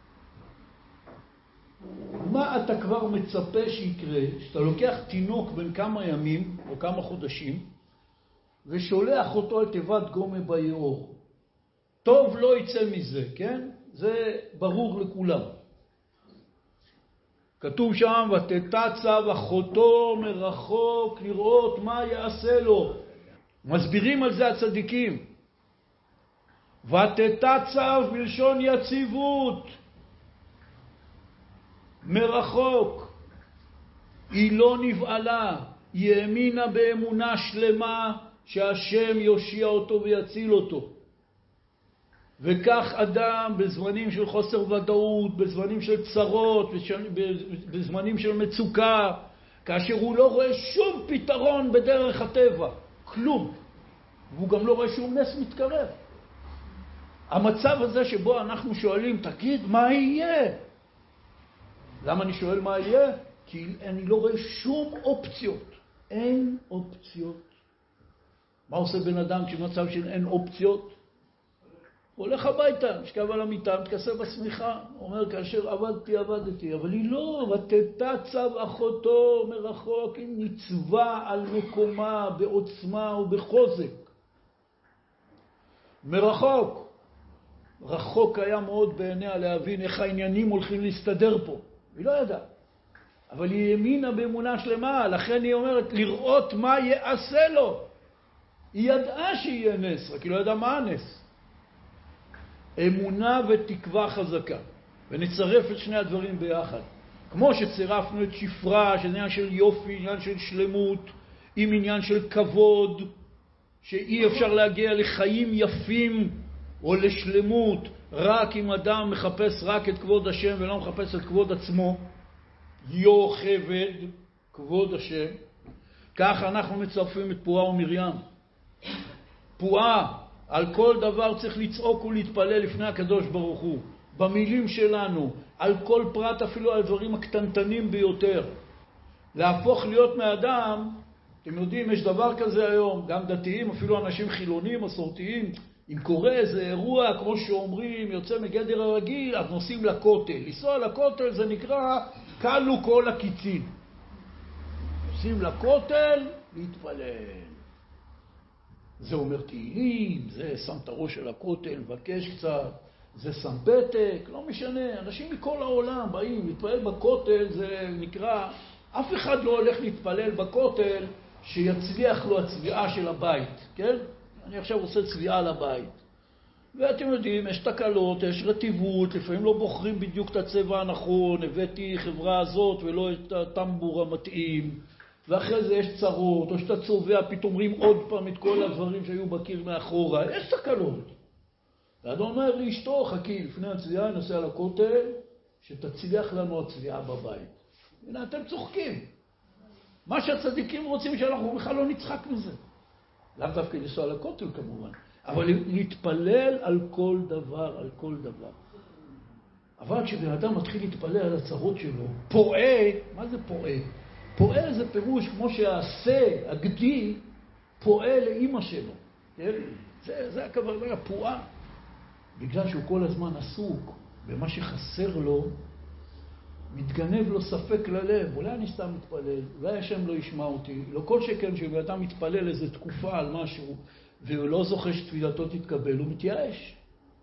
S1: מה אתה כבר מצפה שיקרה? שאתה לוקח תינוק בין כמה ימים או כמה חודשים ושולח אותו על תיבת גומה ביאור. טוב לא יצא מזה, כן? זה ברור לכולם. כתוב שם, ותתצב אחותו מרחוק לראות מה יעשה לו. מסבירים על זה הצדיקים. ותתצב בלשון יציבות. מרחוק. היא לא נבעלה, היא האמינה באמונה שלמה שהשם יושיע אותו ויציל אותו. וכך אדם בזמנים של חוסר ודאות, בזמנים של צרות, בזמנים של מצוקה, כאשר הוא לא רואה שום פתרון בדרך הטבע, כלום, והוא גם לא רואה שום נס מתקרב. המצב הזה שבו אנחנו שואלים, תגיד, מה יהיה? למה אני שואל מה יהיה? כי אני לא רואה שום אופציות. אין אופציות. מה עושה בן אדם כשמצב של אין אופציות? הוא הולך הביתה, משכב על המיטה, מתכסה בשמיכה, אומר, כאשר עבדתי, עבדתי, אבל היא לא, ותתה צו אחותו מרחוק, היא ניצבה על מקומה בעוצמה ובחוזק. מרחוק. רחוק היה מאוד בעיניה להבין איך העניינים הולכים להסתדר פה. היא לא ידעה. אבל היא האמינה באמונה שלמה, לכן היא אומרת, לראות מה יעשה לו. היא ידעה שיהיה נס, רק היא לא ידעה מה הנס. אמונה ותקווה חזקה. ונצרף את שני הדברים ביחד. כמו שצירפנו את שפרה, שזה עניין של יופי, עניין של שלמות, עם עניין של כבוד, שאי אפשר להגיע לחיים יפים או לשלמות, רק אם אדם מחפש רק את כבוד השם ולא מחפש את כבוד עצמו. יוכבד, כבוד השם. כך אנחנו מצרפים את פועה ומרים. פועה, על כל דבר צריך לצעוק ולהתפלל לפני הקדוש ברוך הוא. במילים שלנו, על כל פרט, אפילו על דברים הקטנטנים ביותר. להפוך להיות מאדם, אתם יודעים, יש דבר כזה היום, גם דתיים, אפילו אנשים חילונים, מסורתיים, אם קורה איזה אירוע, כמו שאומרים, יוצא מגדר הרגיל, אז נוסעים לכותל. לנסוע לכותל זה נקרא, קלו כל הקיצין. נוסעים לכותל, להתפלל. זה אומר תהילים, זה שם את הראש של הכותל, מבקש קצת, זה שם פתק, לא משנה. אנשים מכל העולם באים, להתפלל בכותל, זה נקרא, אף אחד לא הולך להתפלל בכותל שיצליח לו הצביעה של הבית, כן? אני עכשיו עושה צביעה לבית. ואתם יודעים, יש תקלות, יש רטיבות, לפעמים לא בוחרים בדיוק את הצבע הנכון, הבאתי חברה הזאת ולא את הטמבור המתאים, ואחרי זה יש צרות, או שאתה צובע, פתאום אומרים עוד פעם את כל הדברים שהיו בקיר מאחורה, יש תקלות. ואדם אומר לאשתו, חכי, לפני הצביעה נוסע לכותל, שתצליח לנו הצביעה בבית. הנה, אתם צוחקים. מה שהצדיקים רוצים שאנחנו בכלל לא נצחק מזה. לאו דווקא לנסוע לכותל כמובן, אבל להתפלל על כל דבר, על כל דבר. אבל כשבן אדם מתחיל להתפלל על הצרות שלו, פועה, מה זה פועה? פועה זה פירוש כמו שהעשה, הגדי, פועה לאמא שלו. זה, זה הכוונה, הפועה. בגלל שהוא כל הזמן עסוק במה שחסר לו, מתגנב לו ספק ללב. אולי אני סתם מתפלל, אולי השם לא ישמע אותי. לא כל שכן שבן אדם מתפלל איזו תקופה על משהו, והוא לא זוכה שתפילתו תתקבל, הוא מתייאש.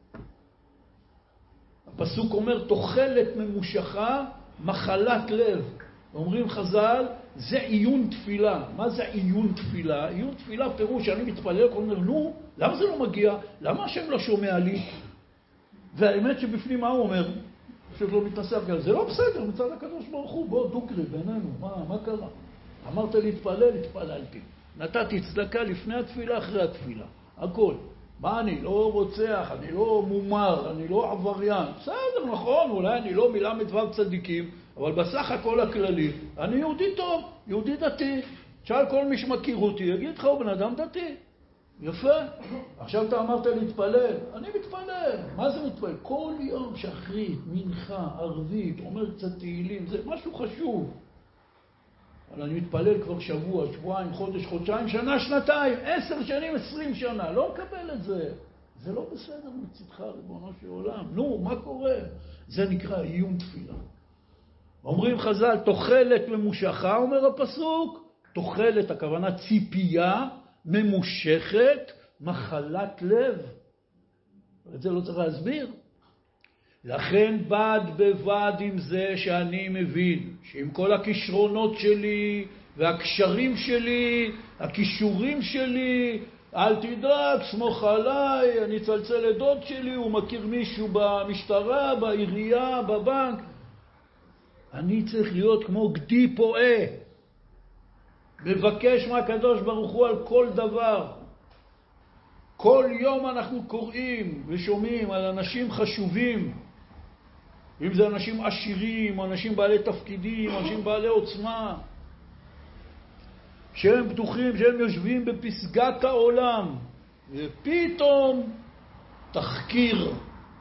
S1: הפסוק אומר, תוחלת ממושכה, מחלת לב. אומרים חז"ל, זה עיון תפילה. מה זה עיון תפילה? עיון תפילה פירוש שאני מתפלל, הוא אומר, נו, למה זה לא מגיע? למה השם לא שומע לי? והאמת שבפנים מה הוא אומר? פשוט לא מתנסף כאלה. זה לא בסדר, מצד הקדוש ברוך הוא, בוא דוקרי בינינו, מה, מה קרה? אמרת להתפלל, התפללתי. נתתי צדקה לפני התפילה, אחרי התפילה. הכל. מה אני לא רוצח, אני לא מומר, אני לא עבריין. בסדר, נכון, אולי אני לא מילה מדבר צדיקים, אבל בסך הכל הכללי, אני יהודי טוב, יהודי דתי. שאל כל מי שמכיר אותי, יגיד לך, הוא בן אדם דתי. יפה. עכשיו אתה אמרת להתפלל. אני מתפלל. מה זה מתפלל? כל יום שחרית, מנחה, ערבית, אומר קצת תהילים, זה משהו חשוב. אבל אני מתפלל כבר שבוע, שבועיים, חודש, חודשיים, שנה, שנתיים, עשר שנים, עשרים שנה. לא מקבל את זה. זה לא בסדר מצדך, ריבונו של עולם. נו, מה קורה? זה נקרא עיון תפילה. אומרים חז"ל, תוחלת ממושכה, אומר הפסוק, תוחלת, הכוונה ציפייה, ממושכת, מחלת לב. את זה לא צריך להסביר. לכן בד בבד עם זה שאני מבין שעם כל הכישרונות שלי והקשרים שלי, הכישורים שלי, אל תדאג, סמוך עליי, אני צלצל לדוד שלי, הוא מכיר מישהו במשטרה, בעירייה, בבנק. אני צריך להיות כמו גדי פועה. מבקש מהקדוש ברוך הוא על כל דבר. כל יום אנחנו קוראים ושומעים על אנשים חשובים, אם זה אנשים עשירים, או אנשים בעלי תפקידים, או אנשים בעלי עוצמה, שהם בטוחים שהם יושבים בפסגת העולם, ופתאום תחקיר,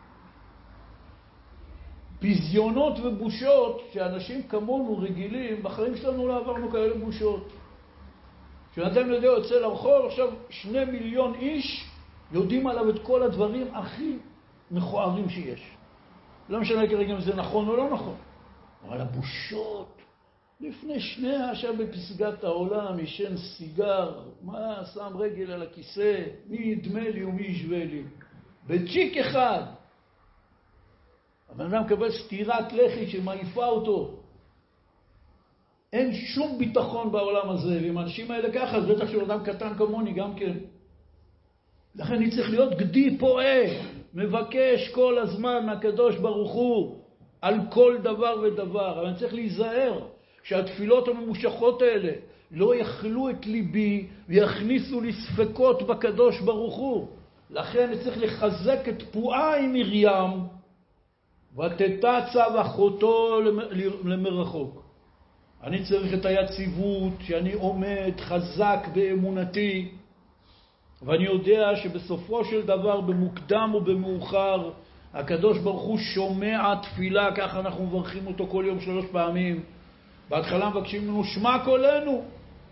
S1: פזיונות ובושות שאנשים כמונו רגילים, בחיים שלנו לא עברנו כאלה בושות. כשאתם יודעים, יוצא לרחוב, עכשיו שני מיליון איש יודעים עליו את כל הדברים הכי מכוערים שיש. לא משנה כרגע אם זה נכון או לא נכון. אבל הבושות, לפני שניה עכשיו בפסגת העולם, ישן סיגר, מה, שם רגל על הכיסא, מי ידמה לי ומי ישווה לי. בצ'יק אחד. הבן אדם מקבל סתירת לחי שמעיפה אותו. אין שום ביטחון בעולם הזה, ועם האנשים האלה ככה, אז בטח שהוא אדם קטן כמוני גם כן. לכן אני צריך להיות גדי פועה, מבקש כל הזמן מהקדוש ברוך הוא, על כל דבר ודבר. אבל אני צריך להיזהר שהתפילות הממושכות האלה לא יחלו את ליבי ויכניסו לי ספקות בקדוש ברוך הוא. לכן אני צריך לחזק את פועה עם מרים, ותתצב אחותו למרחוק. אני צריך את היציבות, שאני עומד חזק באמונתי, ואני יודע שבסופו של דבר, במוקדם או במאוחר, הקדוש ברוך הוא שומע תפילה, ככה אנחנו מברכים אותו כל יום שלוש פעמים. בהתחלה מבקשים לנו שמע קולנו.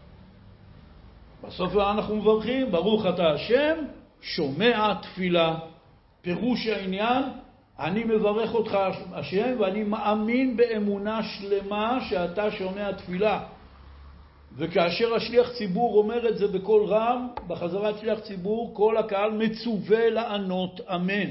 S1: בסוף אנחנו מברכים, ברוך אתה השם, שומע תפילה. פירוש העניין, אני מברך אותך השם, ואני מאמין באמונה שלמה שאתה שומע תפילה. וכאשר השליח ציבור אומר את זה בקול רם, בחזרת שליח ציבור, כל הקהל מצווה לענות אמן.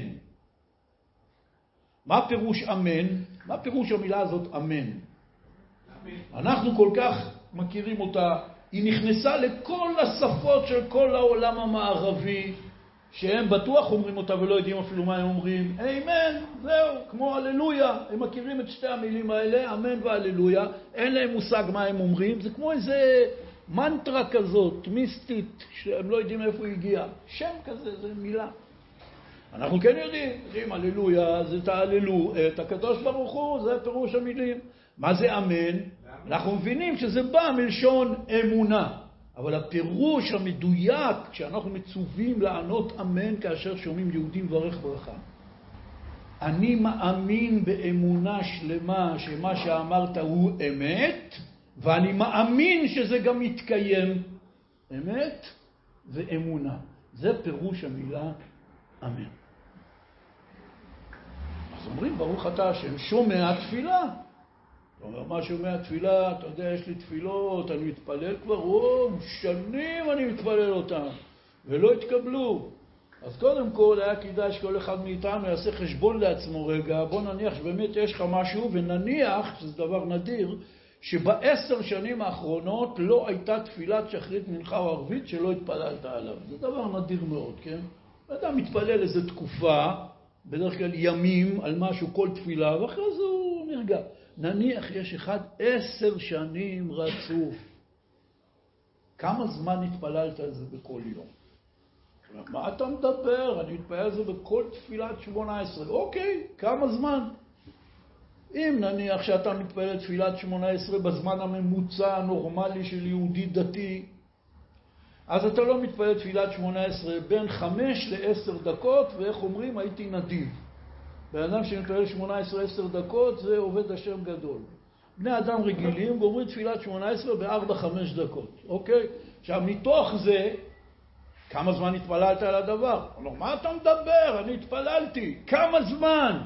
S1: מה פירוש אמן? מה פירוש המילה הזאת אמן? אנחנו כל כך מכירים אותה, היא נכנסה לכל השפות של כל העולם המערבי, שהם בטוח אומרים אותה ולא יודעים אפילו מה הם אומרים. אמן, זהו, כמו הללויה. הם מכירים את שתי המילים האלה, אמן והללויה. אין להם מושג מה הם אומרים. זה כמו איזה מנטרה כזאת, מיסטית, שהם לא יודעים איפה היא הגיעה. שם כזה, זה מילה. אנחנו כן יודעים, יודעים, הללויה, זה תהללו את הקדוש ברוך הוא, זה פירוש המילים. מה זה אמן? אנחנו מבינים שזה בא מלשון אמונה. אבל הפירוש המדויק, כשאנחנו מצווים לענות אמן כאשר שומעים יהודים מברך ברכה. אני מאמין באמונה שלמה שמה שאמרת הוא אמת, ואני מאמין שזה גם יתקיים. אמת ואמונה. זה פירוש המילה אמן. אז אומרים ברוך אתה השם, שומע תפילה. אתה אומר, מה שומע תפילה? אתה יודע, יש לי תפילות, אני מתפלל כבר, או, שנים אני מתפלל אותם, ולא התקבלו. אז קודם כל, היה כדאי שכל אחד מאיתנו יעשה חשבון לעצמו רגע, בוא נניח שבאמת יש לך משהו, ונניח, שזה דבר נדיר, שבעשר שנים האחרונות לא הייתה תפילת שחרית מנחה או ערבית שלא התפללת עליו. זה דבר נדיר מאוד, כן? אדם מתפלל איזו תקופה, בדרך כלל ימים, על משהו, כל תפילה, ואחרי זה הוא נרגע. נניח יש אחד עשר שנים רצוף. כמה זמן התפללת על זה בכל יום? מה אתה מדבר? אני מתפלל על זה בכל תפילת שמונה עשרה. אוקיי, כמה זמן? אם נניח שאתה מתפלל תפילת שמונה עשרה בזמן הממוצע הנורמלי של יהודי דתי, אז אתה לא מתפלל תפילת שמונה עשרה בין חמש לעשר דקות, ואיך אומרים? הייתי נדיב. באדם שמתפלל שמונה עשרה עשר דקות, זה עובד השם גדול. בני אדם רגילים גומרים תפילת שמונה עשרה ב-ארבע חמש דקות, אוקיי? עכשיו, מתוך זה, כמה זמן התפללת על הדבר? אומר, מה אתה מדבר? אני התפללתי. כמה זמן?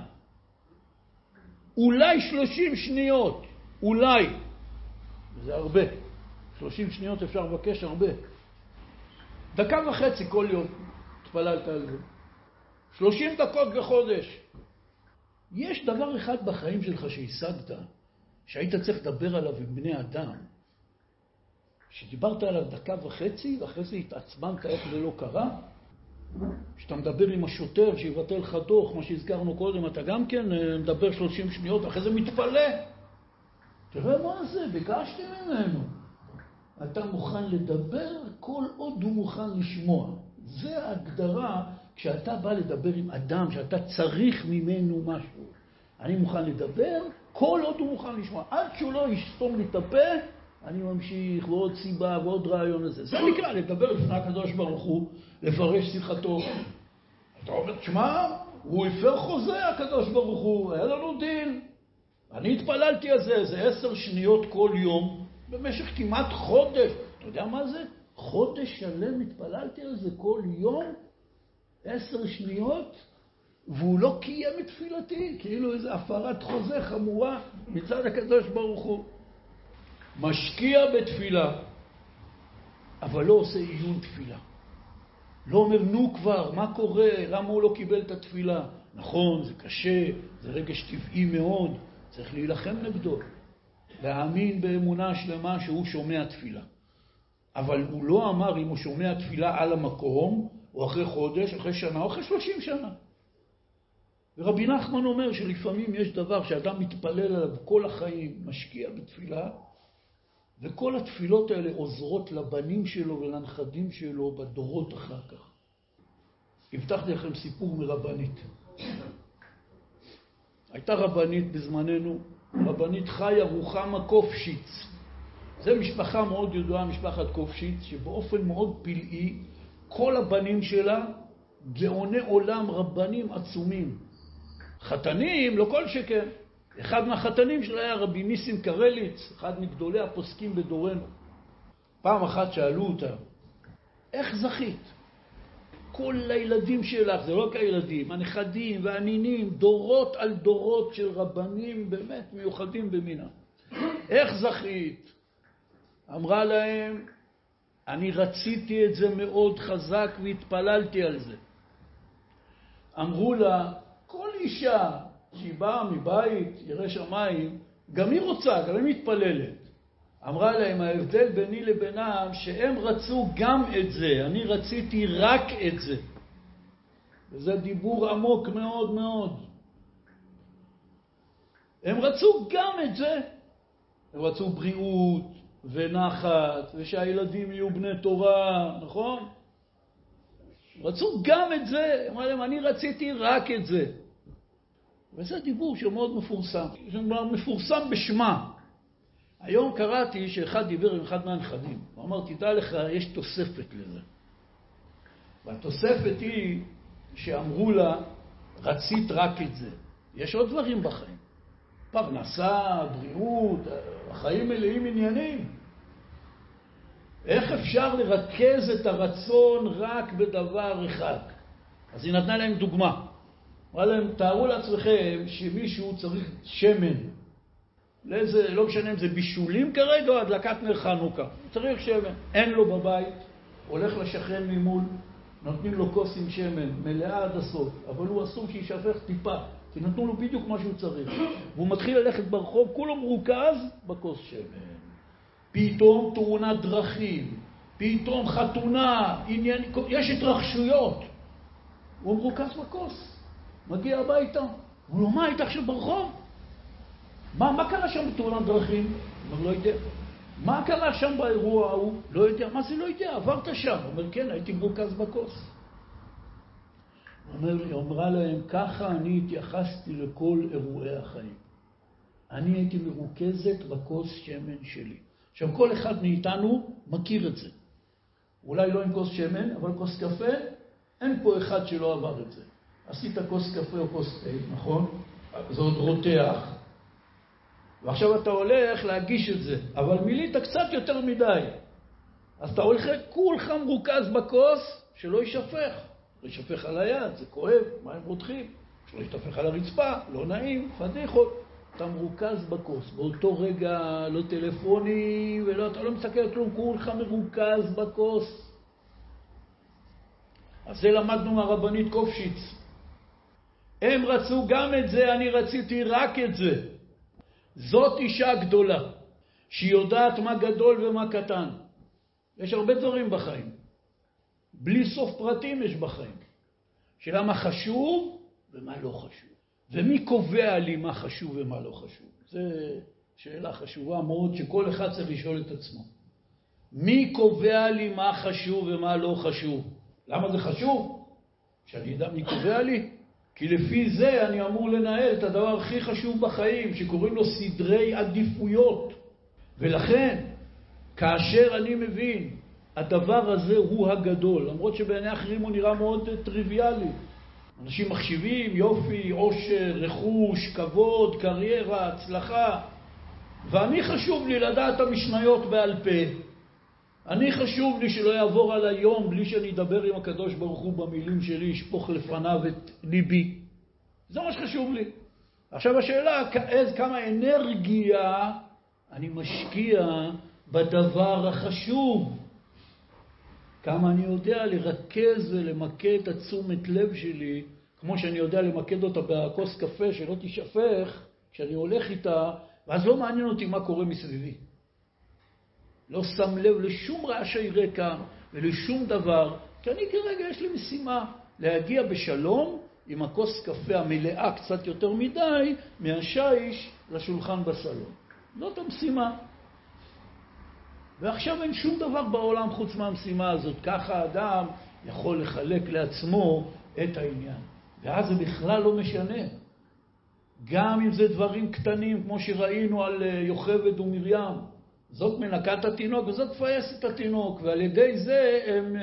S1: אולי שלושים שניות. אולי. זה הרבה. שלושים שניות אפשר לבקש הרבה. דקה וחצי כל יום התפללת על זה. שלושים דקות בחודש. יש דבר אחד בחיים שלך שהשגת, שהיית צריך לדבר עליו עם בני אדם, שדיברת עליו דקה וחצי, ואחרי זה התעצבנת איך זה לא קרה, שאתה מדבר עם השוטר שיבטל לך דוח, מה שהזכרנו קודם, אתה גם כן מדבר שלושים שניות, ואחרי זה מתפלא. תראה מה זה, ביקשתי ממנו. אתה מוכן לדבר כל עוד הוא מוכן לשמוע. זה ההגדרה כשאתה בא לדבר עם אדם, שאתה צריך ממנו משהו. אני מוכן לדבר כל עוד הוא מוכן לשמוע. עד שהוא לא יסתום לי את הפה, אני ממשיך ועוד סיבה ועוד רעיון הזה. זה נקרא לדבר לפני הקדוש ברוך הוא, לפרש שיחתו. אתה אומר, תשמע, הוא הפר חוזה הקדוש ברוך הוא, היה לנו דין. אני התפללתי על זה, זה עשר שניות כל יום, במשך כמעט חודש. אתה יודע מה זה? חודש שלם התפללתי על זה כל יום, עשר שניות, והוא לא קיים את תפילתי, כאילו איזו הפרת חוזה חמורה מצד הקדוש ברוך הוא. משקיע בתפילה, אבל לא עושה עיון תפילה. לא אומר, נו כבר, מה קורה? למה הוא לא קיבל את התפילה? נכון, זה קשה, זה רגש טבעי מאוד, צריך להילחם נגדו. להאמין באמונה שלמה שהוא שומע תפילה. אבל הוא לא אמר אם הוא שומע תפילה על המקום, או אחרי חודש, אחרי שנה, או אחרי שלושים שנה. ורבי נחמן אומר שלפעמים יש דבר שאדם מתפלל עליו כל החיים, משקיע בתפילה, וכל התפילות האלה עוזרות לבנים שלו ולנכדים שלו בדורות אחר כך. הבטחתי לכם סיפור מרבנית. הייתה רבנית בזמננו, רבנית חיה רוחמה קופשיץ. זו משפחה מאוד ידועה, משפחת קופשיץ, שבאופן מאוד פלאי, כל הבנים שלה גאוני עולם, רבנים עצומים. חתנים, לא כל שכן. אחד מהחתנים שלה היה רבי ניסים קרליץ, אחד מגדולי הפוסקים בדורנו. פעם אחת שאלו אותה, איך זכית? כל הילדים שלך, זה לא כילדים, הנכדים והנינים, דורות על דורות של רבנים באמת מיוחדים במינה. איך זכית? אמרה להם, אני רציתי את זה מאוד חזק והתפללתי על זה. אמרו לה, כל אישה שהיא באה מבית, ירא שמיים, גם היא רוצה, גם היא מתפללת. אמרה להם, ההבדל ביני לבינם, שהם רצו גם את זה, אני רציתי רק את זה. וזה דיבור עמוק מאוד מאוד. הם רצו גם את זה. הם רצו בריאות ונחת, ושהילדים יהיו בני תורה, נכון? רצו גם את זה. אמרה להם, אני רציתי רק את זה. וזה דיבור שמאוד מפורסם. זה מפורסם בשמה. היום קראתי שאחד דיבר עם אחד מהנכדים. הוא אמר, תדע לך, יש תוספת לזה. והתוספת היא שאמרו לה, רצית רק את זה. יש עוד דברים בחיים. פרנסה, בריאות, החיים מלאים עניינים. איך אפשר לרכז את הרצון רק בדבר אחד? אז היא נתנה להם דוגמה. אמרה להם, תארו לעצמכם שמישהו צריך שמן. לאיזה, לא משנה אם זה בישולים כרגע או הדלקת נר חנוכה. צריך שמן. אין לו בבית, הולך לשכן ממול, נותנים לו כוס עם שמן, מלאה עד הסוף. אבל הוא אסור שישפך טיפה, כי נתנו לו בדיוק מה שהוא צריך. והוא מתחיל ללכת ברחוב, כולו מרוכז בכוס שמן. פתאום תאונת דרכים, פתאום חתונה, עניין, יש התרחשויות. הוא מרוכז בכוס. מגיע הביתה, הוא לא, מה, היית עכשיו ברחוב? מה, מה קרה שם בתאונת דרכים? הוא לא יודע. מה קרה שם באירוע ההוא? לא יודע. מה זה לא יודע? עברת שם. הוא אומר, כן, הייתי מרוכז בכוס. היא אמרה להם, ככה אני התייחסתי לכל אירועי החיים. אני הייתי מרוכזת בכוס שמן שלי. עכשיו, כל אחד מאיתנו מכיר את זה. אולי לא עם כוס שמן, אבל כוס קפה, אין פה אחד שלא עבר את זה. עשית כוס קפה או כוס תה, נכון? זה עוד רותח. ועכשיו אתה הולך להגיש את זה, אבל מילאת קצת יותר מדי. אז אתה הולך כולך מרוכז בכוס, שלא יישפך. לא יישפך על היד, זה כואב, מה הם רותחים? שלא יישפך על הרצפה, לא נעים, פדיחות. אתה מרוכז בכוס, באותו רגע לא טלפוני, ולא, אתה לא מסתכל כלום, כולך מרוכז בכוס. אז זה למדנו מהרבנית קופשיץ. הם רצו גם את זה, אני רציתי רק את זה. זאת אישה גדולה, שהיא יודעת מה גדול ומה קטן. יש הרבה דברים בחיים. בלי סוף פרטים יש בחיים. שאלה מה חשוב ומה לא חשוב. ומי קובע לי מה חשוב ומה לא חשוב? זו שאלה חשובה מאוד שכל אחד צריך לשאול את עצמו. מי קובע לי מה חשוב ומה לא חשוב? למה זה חשוב? שאני אדע מי קובע לי? כי לפי זה אני אמור לנהל את הדבר הכי חשוב בחיים, שקוראים לו סדרי עדיפויות. ולכן, כאשר אני מבין, הדבר הזה הוא הגדול, למרות שבעיני אחרים הוא נראה מאוד טריוויאלי. אנשים מחשיבים יופי, עושר, רכוש, כבוד, קריירה, הצלחה. ואני חשוב לי לדעת המשניות בעל פה. אני חשוב לי שלא יעבור על היום בלי שאני אדבר עם הקדוש ברוך הוא במילים שלי, ישפוך לפניו את ליבי. זה מה שחשוב לי. עכשיו השאלה, כמה אנרגיה אני משקיע בדבר החשוב. כמה אני יודע לרכז ולמקד את תשומת לב שלי, כמו שאני יודע למקד אותה בכוס קפה שלא תשפך, כשאני הולך איתה, ואז לא מעניין אותי מה קורה מסביבי. לא שם לב לשום רעשי רקע ולשום דבר, כי אני כרגע יש לי משימה להגיע בשלום עם הכוס קפה המלאה קצת יותר מדי מהשיש לשולחן בסלון. זאת המשימה. ועכשיו אין שום דבר בעולם חוץ מהמשימה הזאת. ככה האדם יכול לחלק לעצמו את העניין. ואז זה בכלל לא משנה. גם אם זה דברים קטנים, כמו שראינו על יוכבד ומרים. זאת מנקת התינוק וזאת תפייס את התינוק. ועל ידי זה הם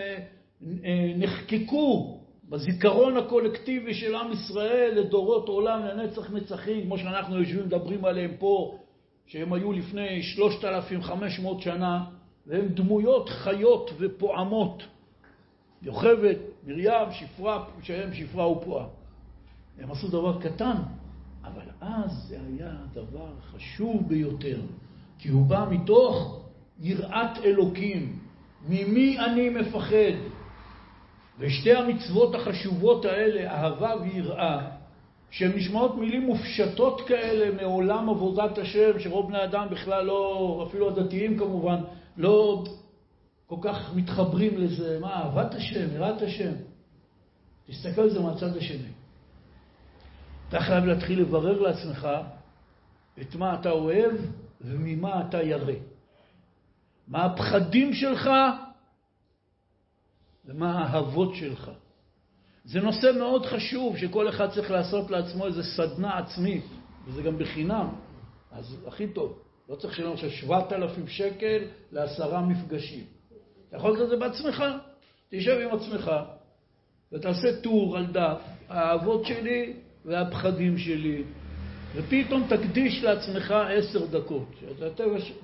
S1: נחקקו בזיכרון הקולקטיבי של עם ישראל לדורות עולם, לנצח נצחים, כמו שאנחנו יושבים מדברים עליהם פה, שהם היו לפני שלושת אלפים וחמש מאות שנה, והם דמויות חיות ופועמות. יוכבד, מרים, שפרה, שהם שפרה ופועה. הם עשו דבר קטן, אבל אז זה היה דבר חשוב ביותר, כי הוא בא מתוך יראת אלוקים. ממי אני מפחד? ושתי המצוות החשובות האלה, אהבה ויראה, שהן נשמעות מילים מופשטות כאלה מעולם עבודת השם, שרוב בני אדם בכלל לא, אפילו הדתיים כמובן, לא כל כך מתחברים לזה. מה, אהבת השם, יראת השם? תסתכל על זה מהצד השני. אתה חייב להתחיל לברר לעצמך את מה אתה אוהב וממה אתה ירא. מה הפחדים שלך ומה האהבות שלך. זה נושא מאוד חשוב שכל אחד צריך לעשות לעצמו איזה סדנה עצמית, וזה גם בחינם, אז הכי טוב. לא צריך שלנו של שבעת אלפים שקל לעשרה מפגשים. אתה יכול לעשות את זה בעצמך, תשב עם עצמך ותעשה טור על דף, האהבות שלי והפחדים שלי, ופתאום תקדיש לעצמך עשר דקות.